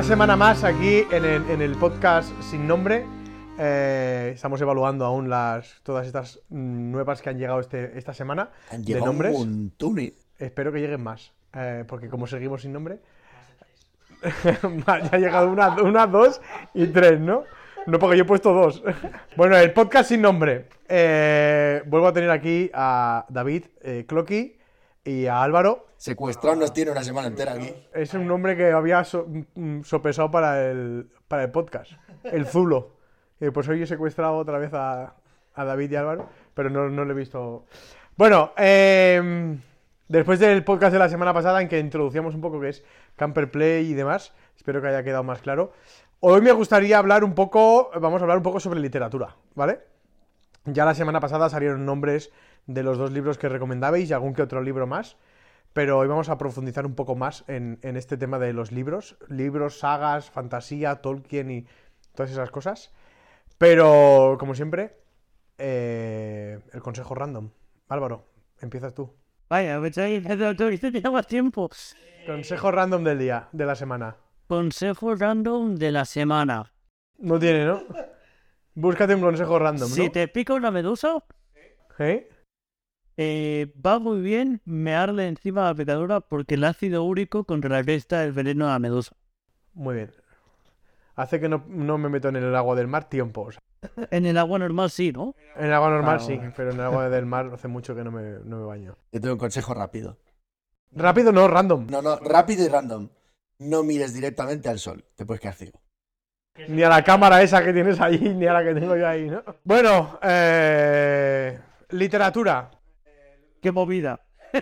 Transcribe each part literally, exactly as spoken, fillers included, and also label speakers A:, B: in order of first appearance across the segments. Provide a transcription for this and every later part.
A: semana más aquí en el, en el podcast sin nombre. Eh, estamos evaluando aún las todas estas nuevas que han llegado este, esta semana.
B: Han
A: de
B: llegado
A: nombres.
B: un montón.
A: Espero que lleguen más, eh, porque como seguimos sin nombre, ya ha llegado una, una, dos y tres, ¿no? No, porque yo he puesto dos. Bueno, el podcast sin nombre. Eh, vuelvo a tener aquí a David eh, Cloqui y a Álvaro.
B: Secuestrado nos tiene una semana entera aquí.
A: Es un nombre que había so, sopesado para el, para el podcast. El Zulo. Eh, pues hoy he secuestrado otra vez a, a David y a Álvaro, pero no, no lo he visto. Bueno, eh, después del podcast de la semana pasada en que introducíamos un poco qué es Camper Play y demás, espero que haya quedado más claro. Hoy me gustaría hablar un poco, vamos a hablar un poco sobre literatura, ¿vale? Ya la semana pasada salieron nombres de los dos libros que recomendabais y algún que otro libro más, pero hoy vamos a profundizar un poco más en, en este tema de los libros, libros, sagas, fantasía, Tolkien y todas esas cosas. Pero, como siempre, eh, el consejo random. Álvaro, empiezas tú.
C: Vaya, pues ahí te lleva tiempo.
A: Consejo random del día, de la semana.
C: Consejo random de la semana.
A: No tiene, ¿no? Búscate un consejo random, ¿no?
C: Si te pica una medusa,
A: ¿Eh?
C: eh, va muy bien mearle encima a la picadura porque el ácido úrico contrarresta el veneno de la medusa.
A: Muy bien. Hace que no, no me meto en el agua del mar tiempo. O sea,
C: En el agua normal sí, ¿no?
A: en el agua normal
C: Ah,
A: sí,
C: bueno.
A: pero en el agua del mar hace mucho que no me, no me baño.
B: Yo tengo un consejo rápido.
A: Rápido no, random.
B: No, no, rápido y random. No mires directamente al sol, te puedes quedar ciego.
A: Ni a la cámara esa que tienes ahí, ni a la que tengo yo ahí, ¿no? Bueno, eh... literatura.
C: ¡Qué movida!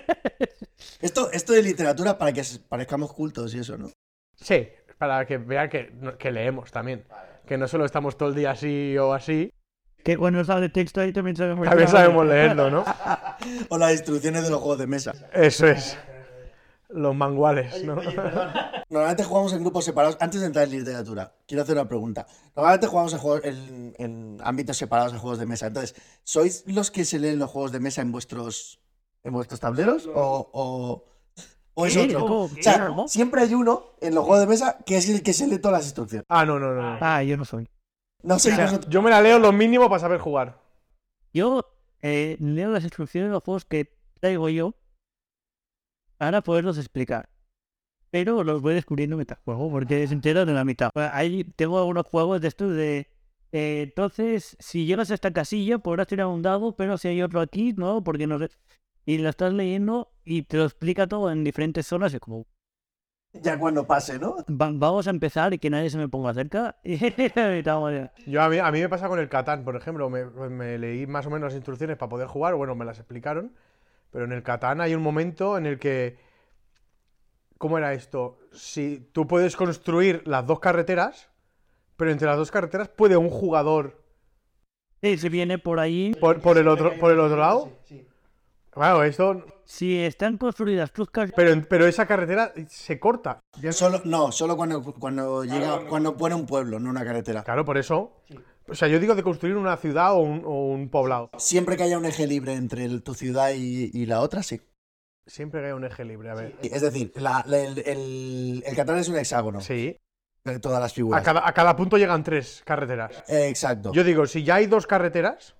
B: Esto, esto de literatura para que parezcamos cultos y eso, ¿no?
A: Sí, para que vean que, que leemos también. Que no solo estamos todo el día así o así,
C: Que cuando sale texto ahí también sabemos...
A: también sabemos leerlo, ¿no?
B: O las instrucciones de los juegos de mesa.
A: Eso es. Los manguales, ¿no?
B: Normalmente jugamos en grupos separados. Antes de entrar en literatura, quiero hacer una pregunta. Normalmente jugamos en, juegos, en, en ámbitos separados en juegos de mesa. Entonces, ¿sois los que se leen los juegos de mesa en vuestros en vuestros tableros? ¿O, o, o es
C: ¿Qué?
B: otro?
C: ¿Cómo?
B: O sea,
C: ¿Cómo?
B: siempre hay uno en los juegos de mesa que es el que se lee todas las instrucciones.
A: Ah, no, no, no.
C: Ah, yo no soy.
B: No
A: O
B: sois
A: sea,
B: vosotros.
A: yo me la leo lo mínimo para saber jugar.
C: Yo eh, leo las instrucciones de los juegos que traigo yo para poderlos explicar. Pero los voy descubriendo mitad juego porque se entera de la mitad. Ahí tengo algunos juegos de estos de... eh, entonces, si llegas a esta casilla podrás tirar un dado, pero si hay otro aquí, no, porque no sé... Y lo estás leyendo y te lo explica todo en diferentes zonas. Es como,
B: Ya cuando pase, ¿no?
C: va- vamos a empezar y que nadie se me ponga cerca. Y estamos ya.
A: Yo a mí, a mí me pasa con el Catán, por ejemplo. Me, me leí más o menos las instrucciones para poder jugar. Bueno, me las explicaron. Pero en el Catán hay un momento en el que... ¿Cómo era esto? Si tú puedes construir las dos carreteras, pero entre las dos carreteras puede un jugador
C: Sí, si viene por ahí,
A: por, por el otro por el otro lado. Claro, esto...
C: si están construidas tus casas,
A: Pero, pero esa carretera se corta.
B: Solo, no, solo cuando, cuando llega, cuando pone un pueblo, no una carretera.
A: Claro, por eso... O sea, yo digo de construir una ciudad o un, o un poblado.
B: Siempre que haya un eje libre entre el- tu ciudad y, y la otra, sí.
A: Siempre que haya un eje libre, a ver.
B: Es decir, la- la- el, el, el Catán es un hexágono
A: Sí.
B: de todas las
A: A
B: figuras.
A: cada, a cada punto llegan tres carreteras.
B: Eh, exacto.
A: Yo digo, si ya hay dos carreteras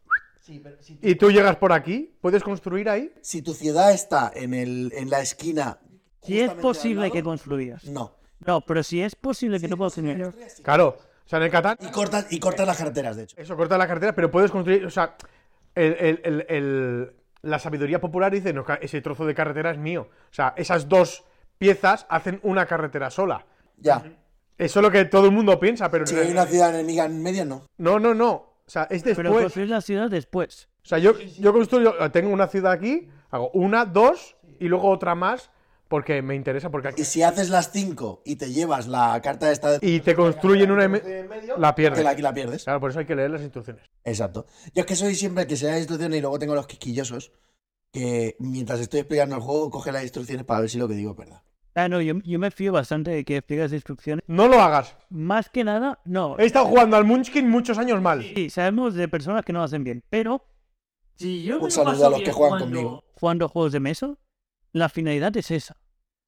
A: y tú llegas por aquí, ¿puedes construir ahí?
B: Si tu ciudad está en, el, en la esquina...
C: si es
B: justamente
C: posible
B: al
C: que
B: lado,
C: construyas.
B: No.
C: No, pero si es posible que no puedas tener.
A: Claro. O sea, en el Catán,
B: Y cortas, y cortas las carreteras, de hecho.
A: eso corta la carretera, pero puedes construir... O sea, el, el- el- el- la sabiduría popular dice, no, ese trozo de carretera es mío. O sea, esas dos piezas hacen una carretera sola.
B: Ya.
A: Eso es lo que todo el mundo piensa, pero...
B: Si hay una ciudad enemiga en medio, no.
A: No, no, no. O sea, es
C: Pero
A: después.
C: construir la ciudad después.
A: O sea, yo, yo construyo, tengo una ciudad aquí, hago una, dos y luego otra más porque me interesa, porque aquí...
B: Y si haces las cinco y te llevas la carta de esta...
A: Y te construyen una... em- La
B: Te
A: pierdes.
B: la, la pierdes.
A: Claro, por eso hay que leer las instrucciones.
B: Exacto. Yo es que soy siempre el que se da las instrucciones y luego tengo los quisquillosos que mientras estoy explicando el juego coge las instrucciones para ver si lo que digo es verdad.
C: Ah, no, yo, yo me fío bastante de que explicas instrucciones.
A: No lo hagas.
C: Más que nada, no.
A: He estado jugando al Munchkin muchos años mal.
C: Sí, sabemos de personas que no lo hacen bien, pero si yo me
B: Un
C: lo
B: saludo
C: paso
B: a los que
C: bien
B: juegan
C: jugando-
B: conmigo.
C: Jugando juegos de mesa, la finalidad es esa.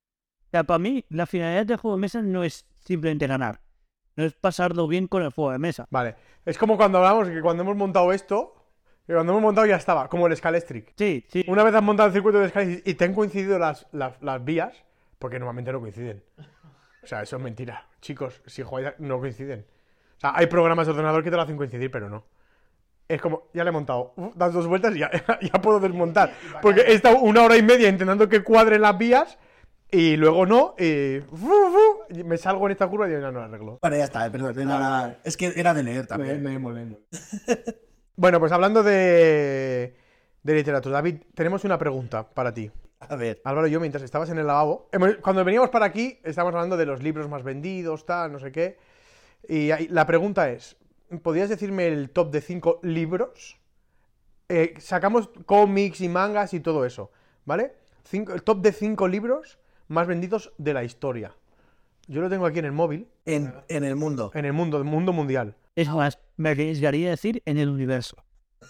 C: O sea, para mí, la finalidad del juego de mesa no es simplemente ganar. No es pasarlo bien con el juego de mesa.
A: Vale. Es como cuando hablamos que cuando hemos montado esto, que cuando hemos montado ya estaba, como el Scalestric.
C: Sí, sí.
A: Una vez has montado el circuito de Scalestric y te han coincidido las, las, las vías, porque normalmente no coinciden. O sea, eso es mentira. Chicos, si jugáis, no coinciden. O sea, hay programas de ordenador que te lo hacen coincidir, pero no. Es como, ya le he montado, uh, das dos vueltas y ya, ya puedo desmontar. Porque he estado una hora y media intentando que cuadren las vías y luego no, y, uh, uh, y me salgo en esta curva y ya no la arreglo.
B: Bueno, ya está, perdón. No, no, no. Es que era de leer también.
A: Me, me molendo. Bueno, pues hablando de, de literatura, David, tenemos una pregunta para ti.
B: A ver.
A: Álvaro y yo, mientras estabas en el lavabo, hemos- cuando veníamos para aquí, estábamos hablando de los libros más vendidos, tal, no sé qué. Y ahí- la pregunta es, ¿podrías decirme el top de cinco libros? Eh, sacamos cómics y mangas y todo eso, ¿vale? Cinco- el top de cinco libros más vendidos de la historia. Yo lo tengo aquí en el móvil,
B: En, en el mundo.
A: en el mundo, el mundo mundial.
C: Es más, me arriesgaría a decir en el universo.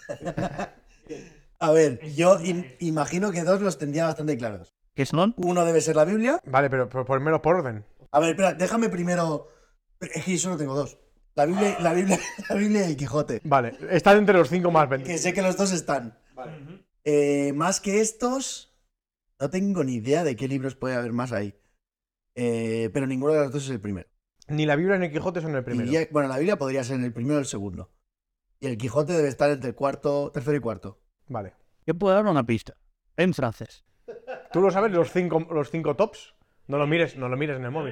B: A ver, yo im- imagino que dos los tendría bastante claros.
C: ¿Qué son?
B: Uno debe ser la Biblia.
A: Vale, pero, pero ponmelo por orden.
B: A ver, espera, déjame primero. Es que yo solo tengo dos. La Biblia, la Biblia, la Biblia y el Quijote.
A: Vale, está entre los cinco más vendidos.
B: Que sé que los dos están. Eh, más que estos, no tengo ni idea de qué libros puede haber más ahí. Eh, pero ninguno de los dos es el primero.
A: Ni la Biblia ni el Quijote son el primero.
B: Diría- bueno, la Biblia podría ser en el primero o el segundo. Y el Quijote debe estar entre el cuarto, tercero y cuarto.
A: Vale.
C: Yo puedo dar una pista. En francés.
A: ¿Tú lo sabes, los cinco, los cinco tops? No lo mires, no lo mires en el móvil.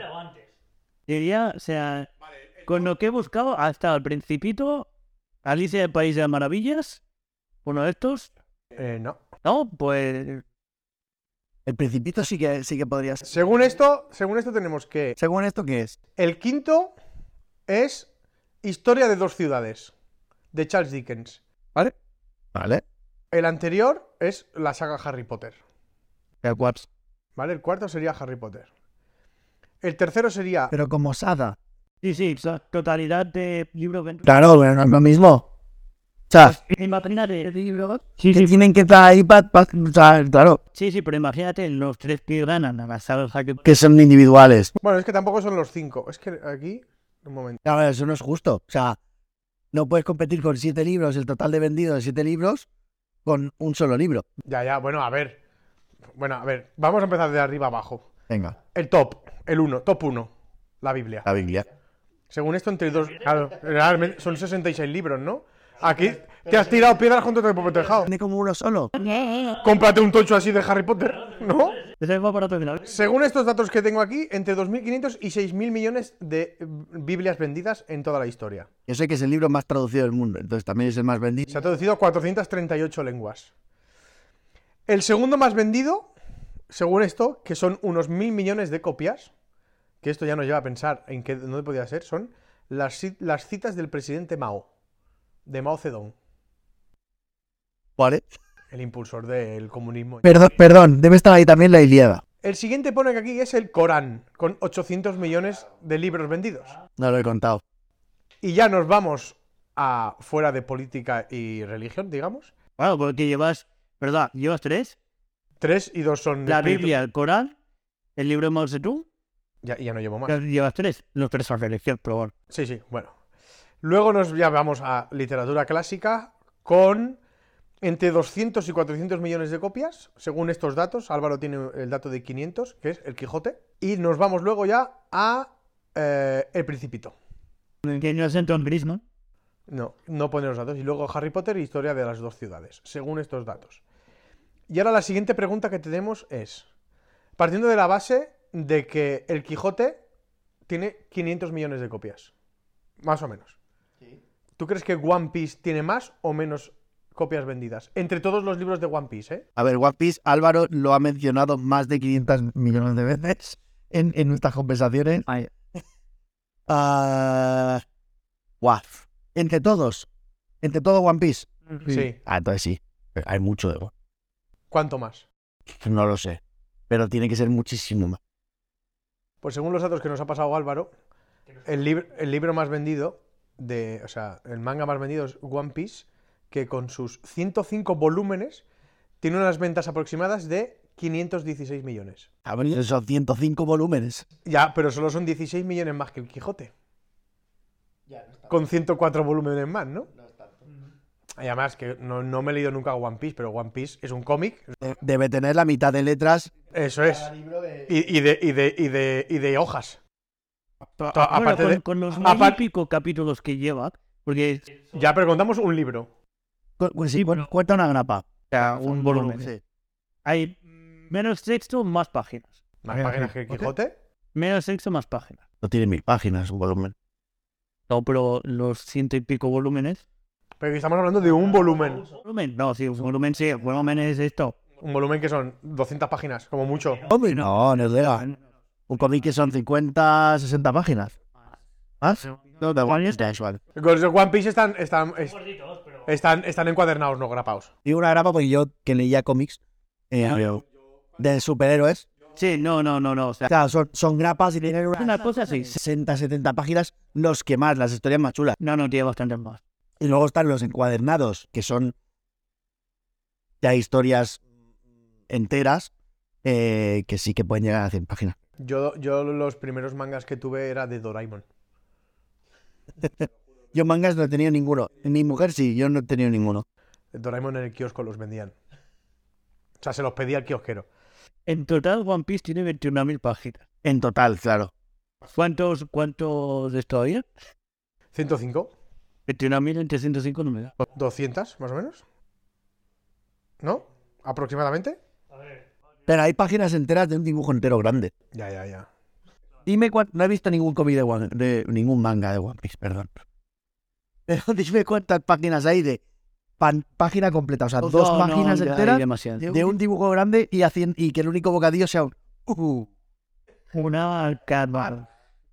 C: Diría, o sea, con lo que he buscado hasta el Principito, Alicia del País de las Maravillas, uno de estos,
A: Eh, no.
C: no, pues
B: El Principito sí que, sí que podría ser.
A: Según esto, según esto tenemos que
B: Según esto, ¿qué es?
A: el quinto es Historia de dos ciudades, de Charles Dickens.
C: ¿vale?
B: Vale.
A: El anterior es la saga Harry Potter.
C: El cuarto.
A: ¿Vale? El cuarto sería Harry Potter. El tercero sería...
B: Pero como Sada.
C: Sí, sí, o sea, totalidad de libros vendidos.
B: Claro, bueno, no es lo mismo. O sea,
C: Imagínate el libro. Sí,
B: que
C: sí,
B: tienen que estar ahí para. O sea, claro.
C: sí, sí, pero imagínate los tres que ganan a la saga Harry Potter.
B: Que son individuales.
A: Bueno, es que tampoco son los cinco. Es que aquí... Un momento.
B: A ver, eso no es justo. O sea, no puedes competir con siete libros, el total de vendidos de siete libros, con un solo libro.
A: Ya, ya, bueno, a ver. Bueno, a ver. Vamos a empezar de arriba abajo.
B: Venga,
A: El top. El uno. Top uno. La Biblia.
B: la Biblia.
A: Según esto, entre dos... Claro, realmente son sesenta y seis libros, ¿no? Aquí te has tirado piedras contra tu tejado.
B: ¿Tiene como uno solo?
A: Cómprate un tocho así de Harry Potter, ¿no?
C: Ese es más barato que la vez.
A: Según estos datos que tengo aquí, entre dos mil quinientos y seis mil millones de eh, Biblias vendidas en toda la historia.
B: Yo sé que es el libro más traducido del mundo, entonces también es el más vendido.
A: Se ha traducido a cuatrocientas treinta y ocho lenguas. El segundo más vendido, según esto, que son unos mil millones de copias, que esto ya nos lleva a pensar en qué, dónde podía ser, son las, ci- las citas del presidente Mao, de Mao Zedong,
B: Vale.
A: el impulsor del comunismo.
B: Perdón, perdón, debe estar ahí también la Ilíada.
A: El siguiente pone que aquí es el Corán, con ochocientos millones de libros vendidos.
B: No lo he contado.
A: Y ya nos vamos a fuera de política y religión, digamos.
C: Bueno, porque llevas, ¿verdad? ¿Llevas tres?
A: Tres y dos son...
C: La
A: espíritu-
C: Biblia, el Corán, el libro de Mao Zedong,
A: Ya, ya no llevo más.
C: ya llevas tres. Los tres son religión, pero bueno.
A: Sí, sí, bueno. Luego nos ya vamos a literatura clásica con entre doscientos y cuatrocientos millones de copias, según estos datos. Álvaro tiene el dato de quinientos, que es el Quijote. Y nos vamos luego ya a eh, El Principito.
C: Que no es en gris, ¿no?
A: No, no pone los datos. Y luego Harry Potter, Historia de las dos ciudades, según estos datos. Y ahora la siguiente pregunta que tenemos es, partiendo de la base de que el Quijote tiene quinientos millones de copias, más o menos. ¿Tú crees que One Piece tiene más o menos copias vendidas? Entre todos los libros de One Piece, ¿eh?
B: A ver, One Piece, Álvaro lo ha mencionado más de quinientos millones de veces en, en nuestras conversaciones.
C: Ay,
B: Ah, guau. Entre todos. Entre todo One Piece.
A: Sí.
B: Ah, entonces sí. Hay mucho de One.
A: ¿Cuánto más?
B: No lo sé. Pero tiene que ser muchísimo más.
A: Pues según los datos que nos ha pasado Álvaro, el, lib- el libro más vendido, de, o sea, el manga más vendido es One Piece, que con sus ciento cinco volúmenes tiene unas ventas aproximadas de quinientos dieciséis millones.
B: Ah, bueno, son ciento cinco volúmenes.
A: Ya, pero solo son dieciséis millones más que el Quijote. Con ciento cuatro volúmenes más, ¿no? Y además, que no, no me he leído nunca One Piece, pero One Piece es un cómic.
B: De- Debe tener la mitad de letras.
A: Eso es. Y, y, de, y, de, y, de, y de hojas.
C: Bueno,
A: aparte
C: con,
A: de-
C: con los
A: apar-
C: mil y pico capítulos que lleva, porque
A: Ya, pero contamos un libro.
B: Cu- cu- sí, cu- cuenta una grapa.
C: o sea, un volumen.
B: Sí.
C: Hay menos texto, más páginas.
A: Más
B: Ah,
A: páginas
B: sí.
A: que el
B: ¿Ok?
A: Quijote.
C: Menos texto, más páginas.
B: No tiene mil páginas un volumen.
C: No, pero los ciento y pico volúmenes.
A: Pero aquí estamos hablando de un volumen.
C: ¿Volumen? No, sí, un volumen sí. Un volumen es esto.
A: Un volumen que son doscientas páginas, como mucho.
B: Hombre, no, no es legal. Un cómic que son cincuenta, sesenta páginas. ¿Más? No, da igual. Da igual.
A: Los de One Piece están, están, es- están, están encuadernados, no grapados.
B: Digo una grapa porque yo, que leía cómics eh, de superhéroes,
C: Sí, no, no, no, no. O sea,
B: o sea, son, son grapas y tienen
C: una cosa así.
B: sesenta, setenta páginas, los que más, las historias más chulas.
C: No, no, tiene bastantes más.
B: Y luego están los encuadernados, que son ya historias enteras, eh, que sí que pueden llegar a cien páginas.
A: Yo, yo los primeros mangas que tuve era de Doraemon.
B: Yo mangas no he tenido ninguno. Mi mujer sí, yo no he tenido ninguno.
A: De Doraemon en el kiosco los vendían. O sea, se los pedía al kiosquero.
C: En total, One Piece tiene veintiuna mil páginas.
B: En total, claro.
C: ¿Cuántos, cuántos de esto había?
A: ciento cinco,
C: veintiuna mil entre ciento cinco no me da.
A: doscientas más o menos. ¿No? Aproximadamente.
B: Pero hay páginas enteras de un dibujo entero grande.
A: Ya, ya, ya.
B: Dime cuánto... No he visto ningún cómic de, One... de ningún manga de One Piece, perdón. Pero dime cuántas páginas hay de pan- página completa. O sea, dos
C: No, no,
B: páginas
C: ya hay
B: enteras
C: demasiadas.
B: de un dibujo grande y, hacien- y que el único bocadillo sea un... Uh,
C: Una cada...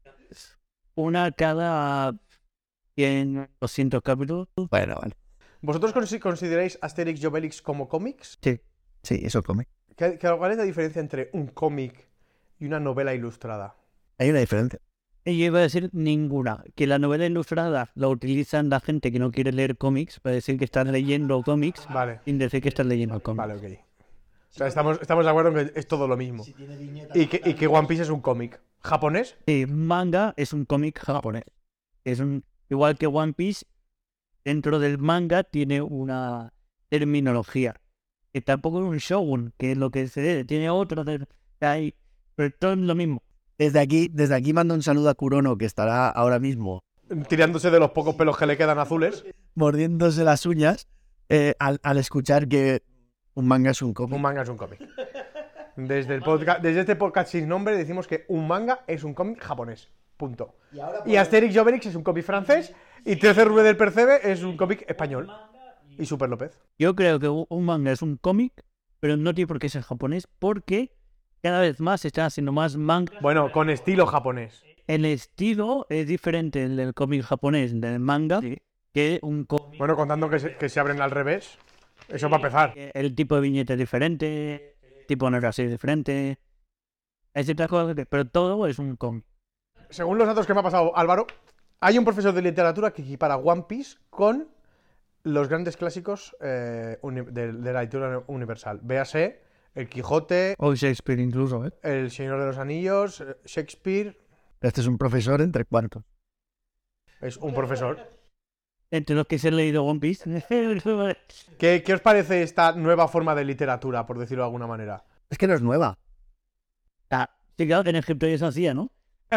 C: Una cada cien, doscientos capítulos.
B: bueno, vale.
A: ¿Vosotros consi- consideráis Asterix y Obelix como cómics?
C: Sí.
B: Sí, eso es cómic.
A: ¿Qué- qué- ¿Cuál es la diferencia entre un cómic y una novela ilustrada?
B: Hay una diferencia.
C: Y yo iba a decir ninguna. Que la novela ilustrada la utilizan la gente que no quiere leer cómics para decir que están leyendo cómics
A: Vale,
C: sin decir que están leyendo cómics.
A: vale, ok. O sea, estamos, estamos de acuerdo en que es todo lo mismo. Y que, y que One Piece es un cómic japonés.
C: Sí, manga es un cómic japonés. Es un igual que One Piece, dentro del manga tiene una terminología. Que tampoco es un shogun, que es lo que se debe. Tiene otra. ter- Hay, pero todo es lo mismo.
B: Desde aquí, desde aquí mando un saludo a Kurono, que estará ahora mismo
A: Tirándose de los pocos pelos que le quedan azules.
B: mordiéndose las uñas eh, al, al escuchar que un manga es un cómic.
A: Un manga es un cómic. Desde, el podcast, desde este podcast sin nombre decimos que un manga es un cómic japonés. Punto. Y Asterix y Obelix es un cómic francés. Y trece Rue del Percebe es un cómic español. Y Super López.
C: Yo creo que un un manga es un cómic, pero no tiene por qué ser japonés, porque cada vez más se están haciendo más manga.
A: Bueno, con estilo japonés.
C: El estilo es diferente el del cómic japonés del manga que un cómic.
A: Bueno, contando que se, que se abren al revés. Eso va a empezar.
C: El tipo de viñeta es diferente, el tipo de narración es diferente. Hay ciertas cosas que, pero todo es un cómic.
A: Según los datos que me ha pasado Álvaro, hay un profesor de literatura que equipara One Piece con los grandes clásicos eh, uni- de, de la literatura universal. Véase El Quijote,
C: O Shakespeare incluso, ¿eh?
A: El Señor de los Anillos, eh, Shakespeare.
B: Este es un profesor entre cuartos.
A: Es un profesor.
C: Entre los que se han leído One Piece.
A: ¿Qué, qué os parece esta nueva forma de literatura, por decirlo de alguna manera?
B: Es que no es nueva.
C: Ah, sí, claro, que en Egipto ya se hacía, ¿no?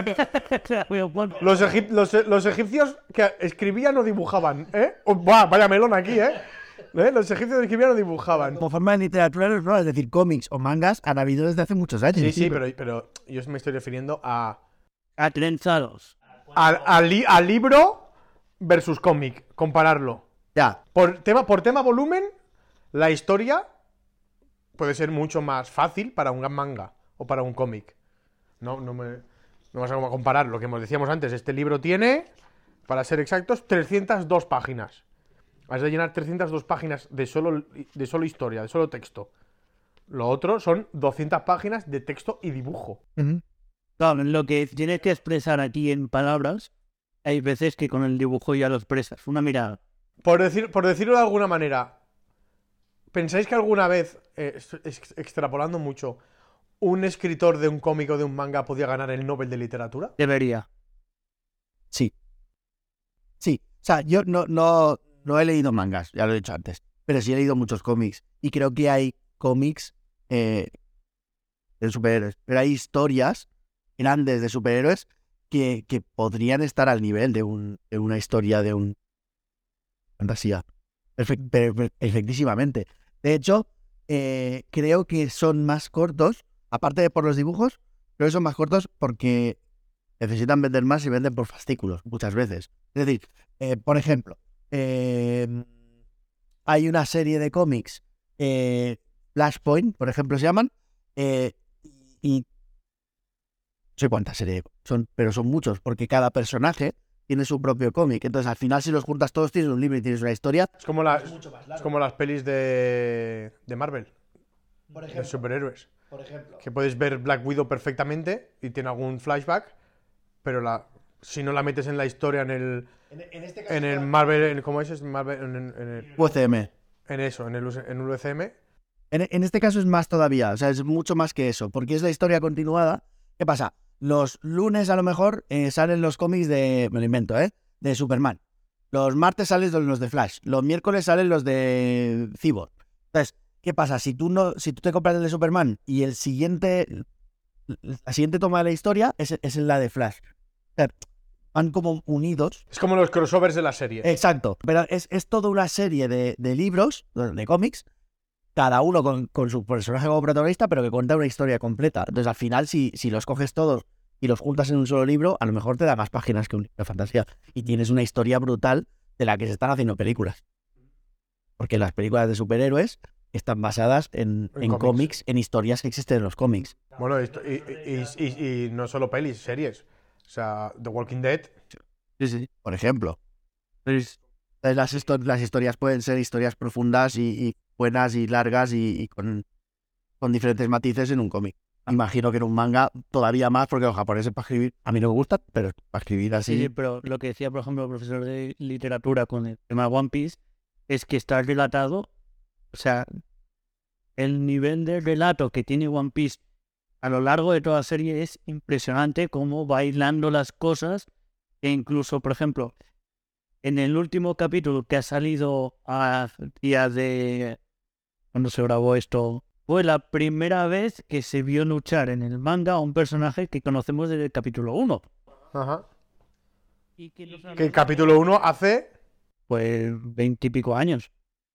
A: Los, egip- los, los egipcios que escribían o dibujaban, ¿eh? Oh, buah, vaya melón aquí, ¿eh? ¿Eh? Los egipcios escribían o dibujaban.
B: Como forma de literatura no es nueva, es decir, cómics o mangas han habido desde hace muchos años.
A: Sí, sí, pero, pero yo me estoy refiriendo a,
C: A trenzados.
A: al al li- al libro versus cómic, compararlo.
B: Ya,
A: Por tema, por tema volumen, la historia puede ser mucho más fácil para un manga o para un cómic. No, no me, no vas a comparar lo que hemos decíamos antes. Este libro tiene, para ser exactos, trescientas dos páginas. Has de llenar trescientas dos páginas de solo, de solo historia, de solo texto. Lo otro son doscientas páginas de texto y dibujo.
B: Ujú.
C: Claro, lo que tienes que expresar aquí en palabras, hay veces que con el dibujo ya lo expresas. Una mirada.
A: Por, decir, por decirlo de alguna manera, ¿Pensáis que alguna vez, eh, ex- ex- extrapolando mucho, un escritor de un cómic o de un manga podía ganar el Nobel de Literatura?
C: Debería.
B: Sí. Sí. O sea, yo no, no, no he leído mangas, ya lo he dicho antes, pero sí he leído muchos cómics. Y creo que hay cómics eh, de superhéroes, pero hay historias grandes de superhéroes que, que podrían estar al nivel de, un, de una historia de un fantasía. Perfect- per- per- Perfectísimamente. De hecho, eh, creo que son más cortos, aparte de por los dibujos, creo que son más cortos porque necesitan vender más y venden por fascículos muchas veces. Es decir, eh, por ejemplo, eh, hay una serie de cómics, eh, Flashpoint, por ejemplo, se llaman, eh, y no sé cuántas series son, pero son muchos, porque cada personaje tiene su propio cómic. Entonces, al final, si los juntas todos, tienes un libro y tienes una historia.
A: Es como, las, es como las pelis de, de Marvel,
B: Por
A: de superhéroes.
B: por ejemplo.
A: Que puedes ver Black Widow perfectamente y tiene algún flashback, pero la, si no la metes en la historia, en el,
B: En, en este caso,
A: en el Marvel, en- ¿cómo es? Es Marvel, en, en- en el-
B: U C M.
A: en eso, en el, U C en el U C M.
B: En, en este caso es más todavía, o sea, es mucho más que eso, porque es la historia continuada. ¿Qué pasa? Los lunes a lo mejor eh, salen los cómics de, me lo invento, ¿eh? De Superman. Los martes salen los de Flash. Los miércoles salen los de Cyborg. Entonces, ¿qué pasa? Si tú no, si tú te compras el de Superman y el siguiente, la siguiente toma de la historia es, es la de Flash. O sea, van como unidos.
A: Es como los crossovers de la serie.
B: Exacto. Pero es, es toda una serie de, de libros, de cómics, cada uno con, con su personaje como protagonista, pero que cuenta una historia completa. Entonces, al final, si, si los coges todos y los juntas en un solo libro, a lo mejor te da más páginas que un libro de fantasía. Y tienes una historia brutal de la que se están haciendo películas. Porque las películas de superhéroes están basadas en,
A: En
B: en
A: cómics.
B: cómics, en historias que existen en los cómics.
A: Bueno, esto- y, y- y- y no solo pelis, series. O sea, The Walking Dead.
B: Sí, sí. Por ejemplo. Entonces, las, histo- las historias pueden ser historias profundas y, y buenas y largas y, y con, con diferentes matices en un cómic. Imagino que en un manga todavía más, porque los japoneses para escribir, a mí no me gusta, pero para escribir
C: Sí,
B: así.
C: sí, pero lo que decía, por ejemplo, el profesor de literatura con el tema de One Piece es que está relatado, o sea, el nivel de relato que tiene One Piece a lo largo de toda la serie es impresionante, cómo va hilando las cosas, e incluso, por ejemplo, en el último capítulo que ha salido a día de cuando se grabó esto, fue la primera vez que se vio luchar en el manga a un personaje que conocemos desde el capítulo uno.
A: Ajá.
C: Y que no
A: Que el capítulo uno hace
C: pues veintipico años.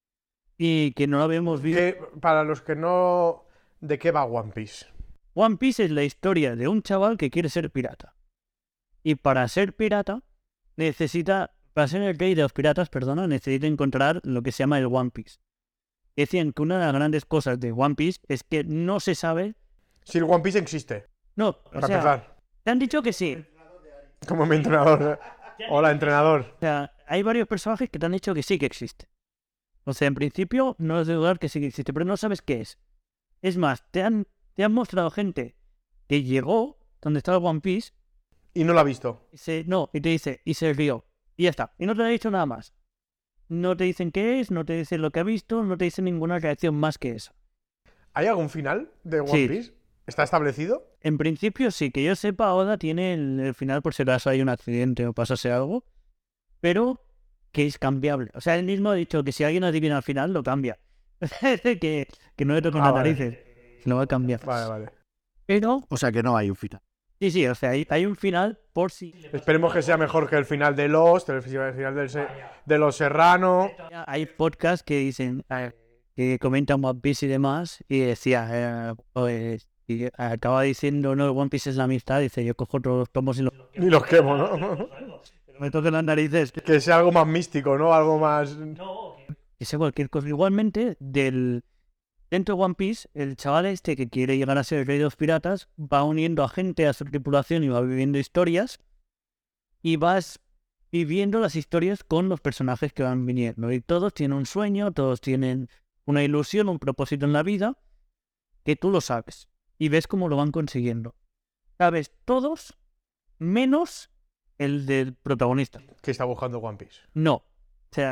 C: Y que no lo habíamos visto.
A: que, para los que no... ¿De qué va One Piece?
C: One Piece es la historia de un chaval que quiere ser pirata. Y para ser pirata, necesita, para ser el rey de los piratas, perdona, necesita encontrar lo que se llama el One Piece. Decían que una de las grandes cosas de One Piece es que no se sabe.
A: Si el One Piece existe,
C: No, o
A: para
C: sea,
A: empezar.
C: te han dicho que sí.
A: Como mi entrenador. ¿eh? Hola, entrenador.
C: O sea, hay varios personajes que te han dicho que sí que existe. O sea, en principio no es de dudar que sí que existe, pero no sabes qué es. Es más, te han, te han mostrado gente que llegó donde estaba el One Piece
A: Y no lo ha visto.
C: y se, no, y te dice, y se rió. Y ya está. Y no te ha dicho nada más. No te dicen qué es, no te dicen lo que ha visto, no te dicen ninguna reacción más que eso.
A: ¿Hay algún final de One
C: Sí.
A: Piece? ¿Está establecido?
C: En principio sí, que yo sepa, Oda tiene el, el final por si acaso hay un accidente o pasase algo, pero que es cambiable. O sea, él mismo ha dicho que si alguien adivina al final, lo cambia. que, que no le toca
A: Ah,
C: las
A: vale.
C: narices, lo va a cambiar.
A: Vale, vale.
C: Pero,
B: O sea que no hay un final.
C: sí, sí, o sea, hay, hay un final por si...
A: Esperemos que sea mejor que el final de Lost, el final del Se- de Los Serrano.
C: Hay podcasts que dicen, eh, que comentan One Piece y demás, y decía, eh, pues, y acaba diciendo, no, One Piece es la amistad, dice, yo cojo todos los tomos y los...
A: Y los quemo, ¿no?
C: me toquen las narices.
A: Que sea algo más místico, ¿no? Algo más...
C: Que sea cualquier cosa. Igualmente, del dentro de One Piece, el chaval este que quiere llegar a ser el rey de los piratas va uniendo a gente a su tripulación y va viviendo historias y vas viviendo las historias con los personajes que van viniendo. Y todos tienen un sueño, todos tienen una ilusión, un propósito en la vida, que tú lo sabes y ves cómo lo van consiguiendo. Sabes todos menos el del protagonista.
A: Que está buscando One Piece.
C: No. O sea,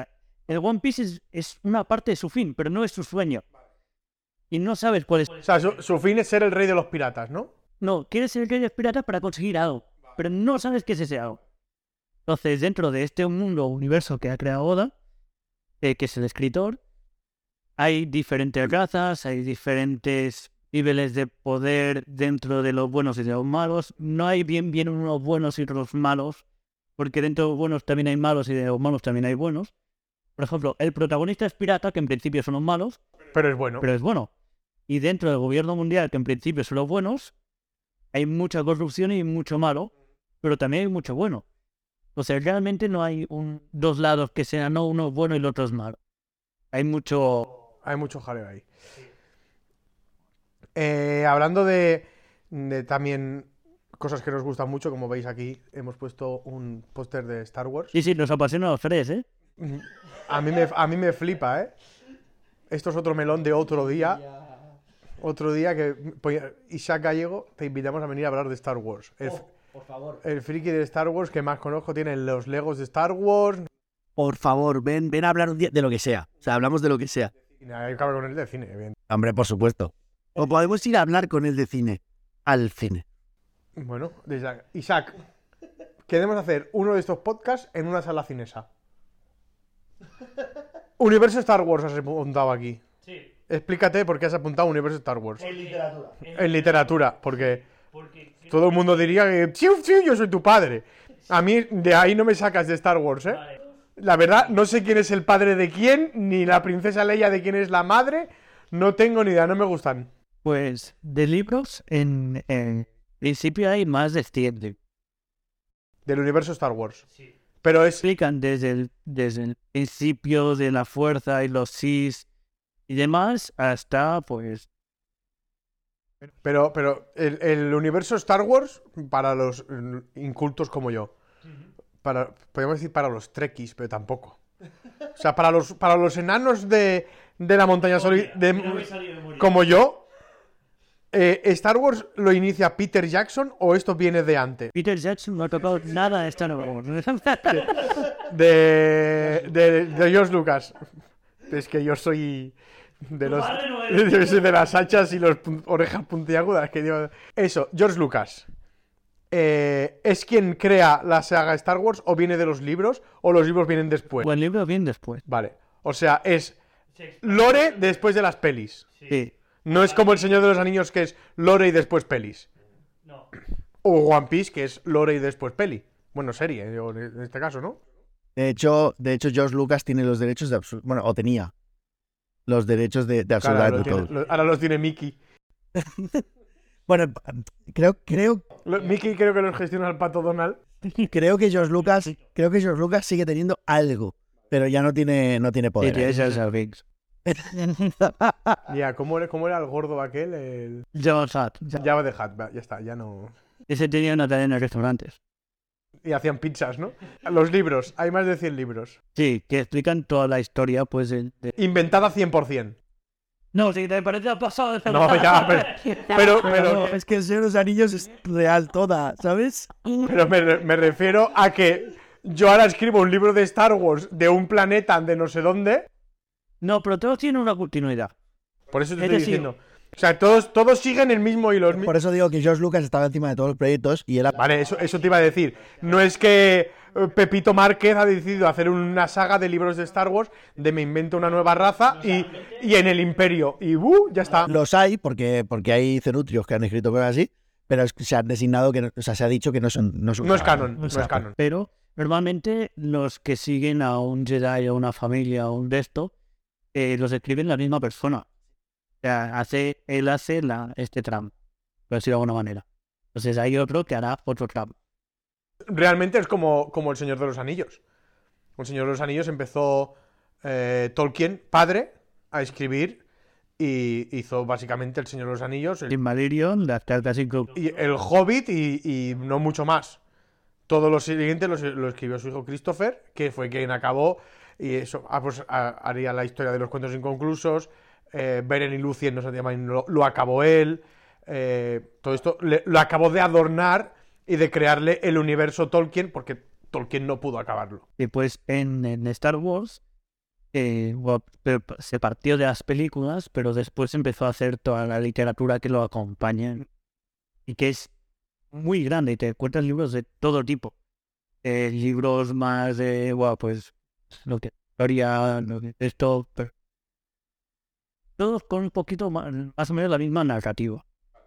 C: El One Piece es, es una parte de su fin, pero no es su sueño. Y no sabes cuál es.
A: O sea, su, su fin es ser el rey de los piratas, ¿no?
C: No, quieres ser el rey de los piratas para conseguir algo, pero no sabes qué es ese algo. Entonces, dentro de este mundo o universo que ha creado Oda, eh, que es el escritor, hay diferentes razas, hay diferentes niveles de poder dentro de los buenos y de los malos. No hay bien bien unos buenos y otros malos, porque dentro de los buenos también hay malos y de los malos también hay buenos. Por ejemplo, el protagonista es pirata, que en principio son los malos,
A: Pero es bueno.
C: pero es bueno. Y dentro del gobierno mundial, que en principio son los buenos, hay mucha corrupción y mucho malo, pero también hay mucho bueno. O sea, realmente no hay un, dos lados que sean no uno bueno y el otro es malo. Hay mucho...
A: Hay mucho jaleo ahí. Eh, hablando de, de también cosas que nos gustan mucho, como veis aquí, hemos puesto un póster de Star Wars.
C: Sí, sí, nos apasiona a los tres, ¿eh?
A: A mí me, a mí me flipa, ¿eh? Esto es otro melón de otro día. Otro día que... pues, Isaac Gallego, te invitamos a venir a hablar de Star Wars. El,
D: Oh, por favor.
A: el friki de Star Wars que más conozco tiene los Legos de Star Wars.
D: Por favor, ven, ven a hablar un día de lo que sea. O sea, hablamos de lo que sea.
A: Y nada, hay que hablar con él de cine, bien.
D: Hombre, por supuesto. O podemos ir a hablar con él de cine. Al cine.
A: Bueno, de Isaac. Isaac, queremos hacer uno de estos podcasts en una sala cinesa. Universo Star Wars has apuntado aquí.
C: Sí.
A: Explícate por qué has apuntado Universo Star Wars.
C: En literatura.
A: En literatura, porque todo el mundo diría que "Chiu, chiu, yo soy tu padre". A mí de ahí no me sacas de Star Wars, ¿eh? La verdad, no sé quién es el padre de quién, ni la princesa Leia de quién es la madre. No tengo ni idea, no me gustan.
C: Pues de libros, en, en principio hay más de cien.
A: Del universo Star Wars. Pero es...
C: Explican desde el, desde el principio de la fuerza y los Sith y demás hasta, pues,
A: Pero, pero el, el universo Star Wars, para los mm, incultos como yo, para, podríamos decir para los trekkies, pero tampoco. O sea, para los, para los enanos de, de la montaña solitaria, como yo, eh, ¿Star Wars lo inicia Peter Jackson o esto viene de antes?
C: Peter Jackson no ha tocado nada de Star Wars.
A: De, de, de George Lucas. Es que yo soy de los yo soy de las hachas y los pun- orejas puntiagudas que digo. Eso, George Lucas. Eh, ¿Es quien crea la saga Star Wars o viene de los libros o los libros vienen después?
C: Buen libro bien después.
A: Vale. O sea, es lore después de las pelis.
C: Sí.
A: No es como El Señor de los Anillos que es lore y después pelis. O One Piece que es lore y después peli. Bueno, serie, yo, en este caso, ¿no?
D: De hecho, de hecho, George Lucas tiene los derechos de absol- bueno, o tenía los derechos de, de
A: Claro, ahora,
D: absolutamente
A: lo tiene,
D: todo.
A: lo- ahora los tiene Mickey.
D: Bueno, creo, creo,
A: Lo- Mickey creo que los gestiona el pato Donald.
D: creo que George Lucas, creo que George Lucas sigue teniendo algo, pero ya no tiene, no tiene
C: Sí,
D: poder.
C: tiene Jar Jar Binks.
A: Ya, ¿cómo, era- ¿cómo era el gordo aquel? El...
C: Jabba the Hutt.
A: Jabba the Hutt, va, ya está, ya no...
C: Ese tenía una cadena de restaurantes.
A: Y hacían pizzas, ¿no? Los libros, hay más de cien libros.
C: Sí, que explican toda la historia, pues, de... de-
A: Inventada cien por cien.
C: No, si te parece al pasado de
A: No, ya, pero... Pero, pero,
D: No, es que el Señor de los Anillos es real toda, ¿sabes?
A: pero me, re- me refiero a que yo ahora escribo un libro de Star Wars de un planeta de no sé dónde.
C: No, pero todo tiene una continuidad.
A: Por eso te
C: Es
A: estoy
C: decir-
A: diciendo. O sea, todos, todos siguen el mismo hilo. el mi-
D: Por eso digo que George Lucas estaba encima de todos los proyectos y era...
A: Vale, eso, eso te iba a decir. No es que eh, Pepito Márquez ha decidido hacer una saga de libros de Star Wars de me invento una nueva raza y, y en el Imperio. Y ¡uh! Ya está.
D: Los hay, porque, porque hay cenutrios que han escrito cosas así, pero es que se han designado que, no- o sea, se ha dicho que no son... No, son
A: No es canon, no es
D: Exacto.
A: canon.
C: Pero normalmente los que siguen a un Jedi, a una familia, a un de esto, eh, los escriben la misma persona. O sea, hace, él hace la, este tramo, por decirlo de alguna manera. Entonces hay otro que hará otro tramo.
A: Realmente es como, como El Señor de los Anillos. El Señor de los Anillos empezó eh, Tolkien, padre, a escribir y hizo básicamente El Señor de los Anillos, el-
C: Silmarillion, las cartas inclu-
A: y el Hobbit y, y no mucho más. Todo lo siguiente lo, lo escribió su hijo Christopher, que fue quien acabó y eso ah, pues, a- haría la historia de los cuentos inconclusos. Eh, Beren y Lucien no se llaman, lo, lo acabó él. Eh, todo esto le- lo acabó de adornar y de crearle el universo Tolkien, porque Tolkien no pudo acabarlo.
C: Y pues en, en Star Wars eh, bueno, pero se partió de las películas, pero después empezó a hacer toda la literatura que lo acompaña y que es muy grande y te encuentras libros de todo tipo. Eh, libros más de, bueno, pues, lo que historia, lo que esto, pero todos con un poquito más, más o menos la misma narrativa.